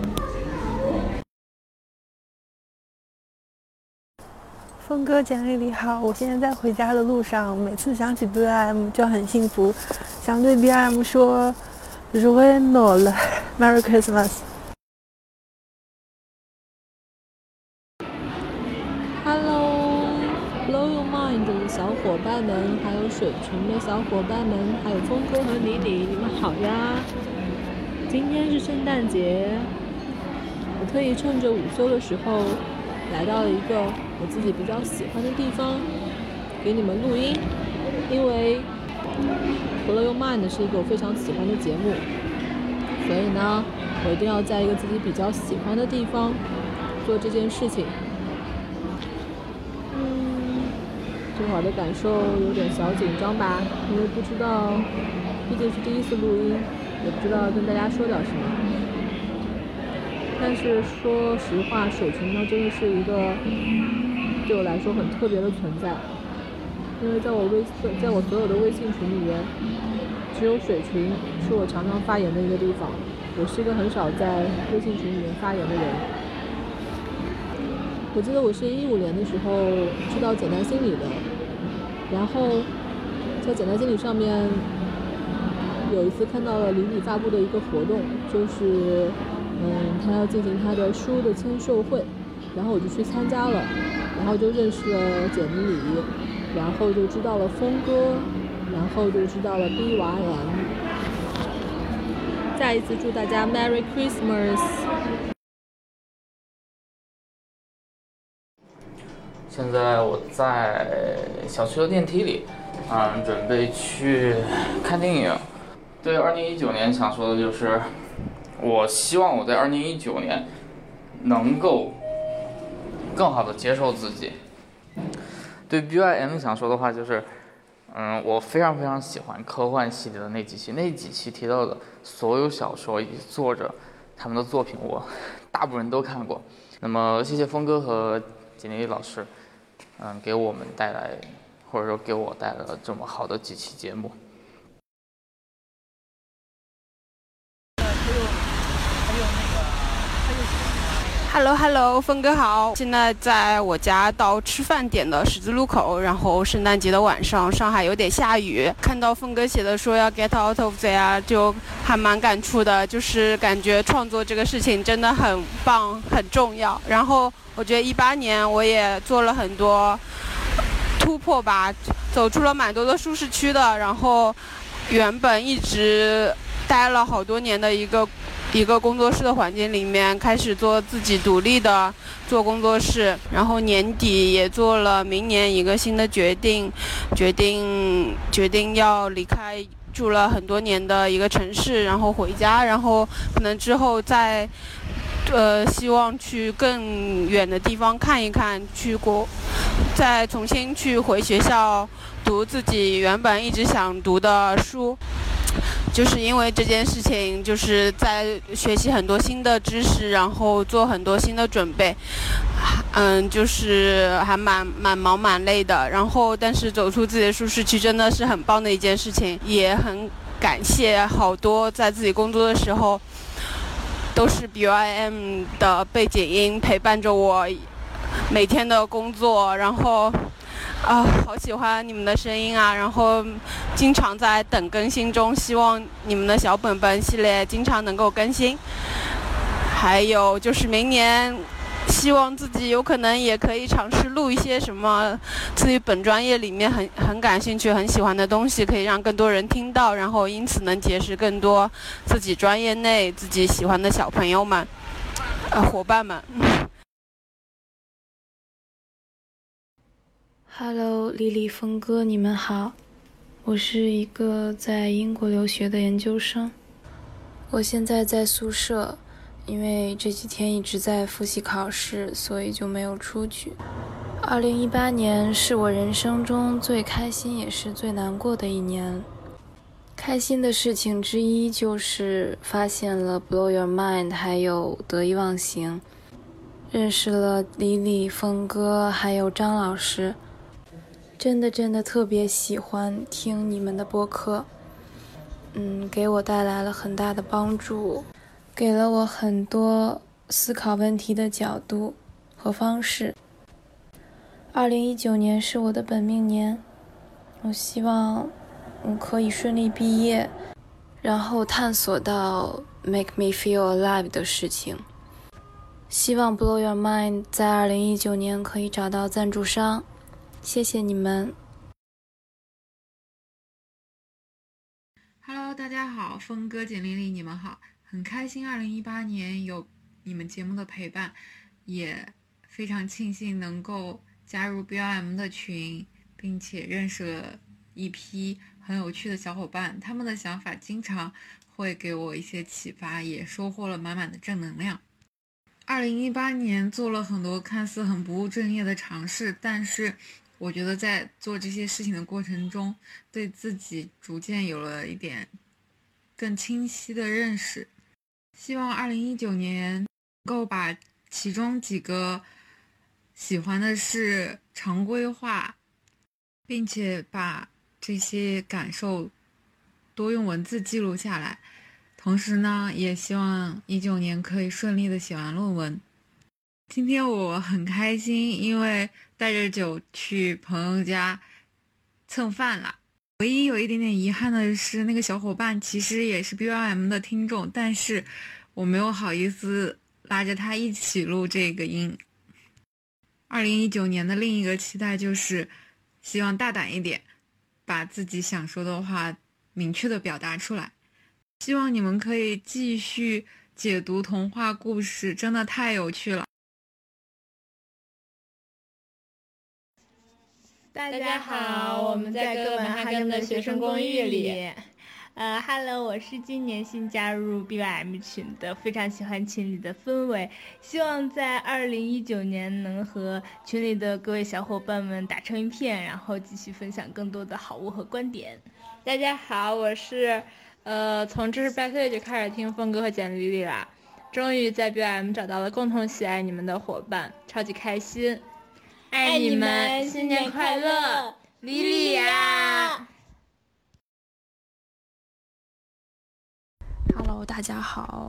峰哥、简历里好，我现在在回家的路上，每次想起 BRM 就很幸福，想对 BRM 说 Joyeux Noël Merry Christmas。Hello Blow Your Mind 的小伙伴们，还有水群的小伙伴们，还有峰哥和李李，你们好呀！今天是圣诞节，我特意趁着午休的时候来到了一个我自己比较喜欢的地方，给你们录音。因为 Blow Your Mind 是一个我非常喜欢的节目，所以呢，我一定要在一个自己比较喜欢的地方做这件事情。这会儿的感受有点小紧张吧，因为不知道，毕竟是第一次录音，也不知道跟大家说点什么。但是说实话，水群呢真的是一个对我来说很特别的存在，因为在我所有的微信群里面，只有水群是我常常发言的一个地方。我是一个很少在微信群里面发言的人。我记得我是15年的时候知道简单心理的，然后在简单心理上面有一次看到了李李发布的一个活动，就是他要进行他的书的签售会，然后我就去参加了，然后就认识了简李，然后就知道了峰哥，然后就知道了 BYM。再一次祝大家 Merry Christmas。 现在我在小区的电梯里，准备去看电影。对2019年想说的就是，我希望我在2019年能够更好的接受自己。对 BYM 想说的话就是，我非常非常喜欢科幻系列的那几期提到的所有小说以及作者他们的作品，我大部分都看过。那么谢谢峰哥和简历老师，给我们带来，或者说给我带来了这么好的几期节目。 Hello， 峰哥好！现在在我家到吃饭点的十字路口，然后圣诞节的晚上，上海有点下雨，看到峰哥写的说要 get out of there， 就还蛮感触的，就是感觉创作这个事情真的很棒，很重要。然后我觉得18年我也做了很多突破吧，走出了蛮多的舒适区的，然后原本一直待了好多年的一个工作室的环境里面，开始做自己独立的做工作室，然后年底也做了明年一个新的决定要离开住了很多年的一个城市，然后回家，然后可能之后再希望去更远的地方看一看，再重新去回学校读自己原本一直想读的书。就是因为这件事情，就是在学习很多新的知识，然后做很多新的准备，就是还蛮忙蛮累的。然后，但是走出自己的舒适区真的是很棒的一件事情，也很感谢好多在自己工作的时候都是 BYM 的背景音陪伴着我每天的工作，然后。好喜欢你们的声音啊！然后经常在等更新中，希望你们的小本本系列经常能够更新。还有就是明年，希望自己有可能也可以尝试录一些什么自己本专业里面很感兴趣、很喜欢的东西，可以让更多人听到，然后因此能结识更多自己专业内自己喜欢的小朋友们、伙伴们。 Hello， 丽丽、峰哥，你们好，我是一个在英国留学的研究生，我现在在宿舍，因为这几天一直在复习考试，所以就没有出去。2018年是我人生中最开心也是最难过的一年。开心的事情之一就是发现了 Blow Your Mind 还有得意忘形，认识了李李、峰哥还有张老师，真的特别喜欢听你们的播客，给我带来了很大的帮助，给了我很多思考问题的角度和方式。2019年是我的本命年，我希望我可以顺利毕业，然后探索到 make me feel alive 的事情。希望 Blow Your Mind 在2019年可以找到赞助商。谢谢你们。 Hello， 大家好，峰哥、简丽丽，你们好，很开心2018年有你们节目的陪伴，也非常庆幸能够加入 BLM 的群，并且认识了一批很有趣的小伙伴，他们的想法经常会给我一些启发，也收获了满满的正能量。2018年做了很多看似很不务正业的尝试，但是我觉得在做这些事情的过程中，对自己逐渐有了一点更清晰的认识。希望2019年能够把其中几个喜欢的事常规化，并且把这些感受多用文字记录下来。同时呢，也希望19年可以顺利的写完论文。今天我很开心，因为带着酒去朋友家蹭饭了。唯一有一点点遗憾的是，那个小伙伴其实也是 BLM 的听众，但是我没有好意思拉着他一起录这个音。2019年的另一个期待就是希望大胆一点，把自己想说的话明确的表达出来。希望你们可以继续解读童话故事，真的太有趣了。 大家好，我们在哥本哈根的学生公寓里。Hello， 我是今年新加入 BYM 群的，非常喜欢群里的氛围，希望在2019年能和群里的各位小伙伴们打成一片，然后继续分享更多的好物和观点。 大家好，我是从知识8岁就开始听峰哥和简丽丽啦，终于在 BYM 找到了共同喜爱你们的伙伴，超级开心，爱你们，新年快乐，丽丽呀 ！Hello， 大家好，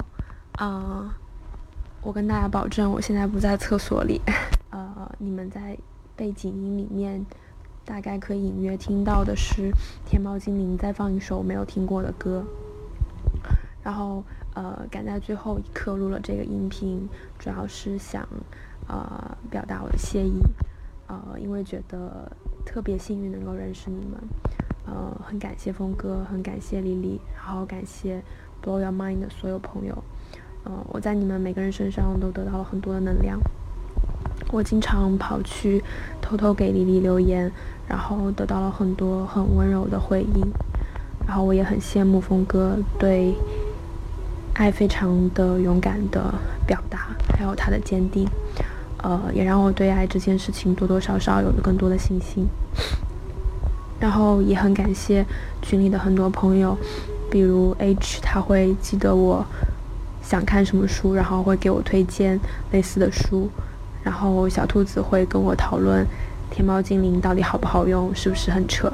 我跟大家保证，我现在不在厕所里，你们在背景音里面大概可以隐约听到的是天猫精灵在放一首没有听过的歌，然后赶在最后一刻录了这个音频，主要是想表达我的谢意，因为觉得特别幸运能够认识你们，很感谢峰哥，很感谢丽丽，然后感谢Blow Your Mind 的所有朋友，我在你们每个人身上都得到了很多的能量。我经常跑去偷偷给丽丽留言，然后得到了很多很温柔的回应，然后我也很羡慕峰哥对爱非常的勇敢的表达，还有他的坚定，也让我对爱这件事情多多少少有了更多的信心。然后也很感谢群里的很多朋友，比如 H， 他会记得我想看什么书，然后会给我推荐类似的书，然后小兔子会跟我讨论天猫精灵到底好不好用，是不是很扯，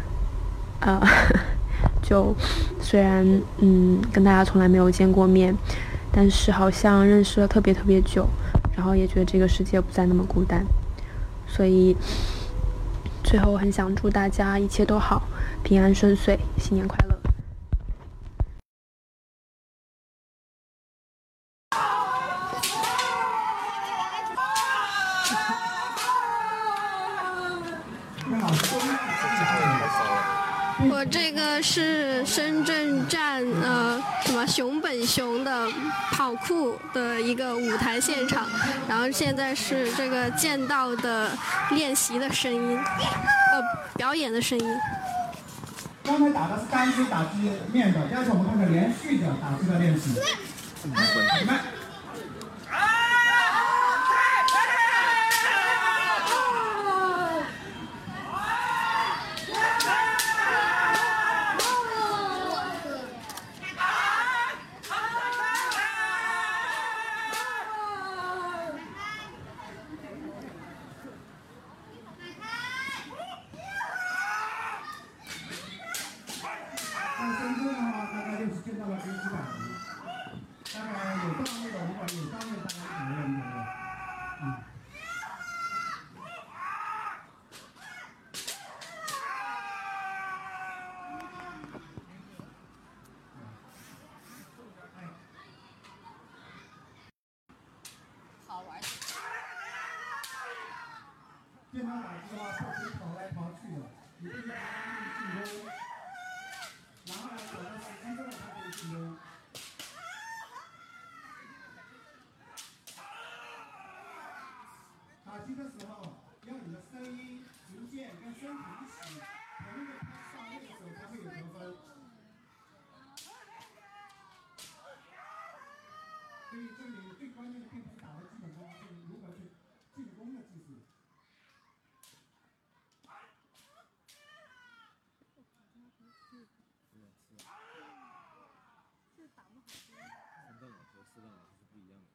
就虽然跟大家从来没有见过面，但是好像认识了特别特别久，然后也觉得这个世界不再那么孤单，所以最后很想祝大家一切都好，平安顺遂，新年快乐。 我这个是深圳站什么熊本熊的跑酷的一个舞台现场，然后现在是这个剑道的练习的声音，表演的声音。 刚才打的是单击打击面的，但是我们看着连续的打击的练习。你们。电脑打击的话，不可以跑来跑去的，你必须把它进攻，然后呢，走到时机之后才可以进攻。打击的时候，要你的声音逐渐跟身体一起，同一个上位的时候才会有得分。所以这里最关键的并不是打的基本功，是如何去进攻的技术。 3段老师和4段老师是不一样的。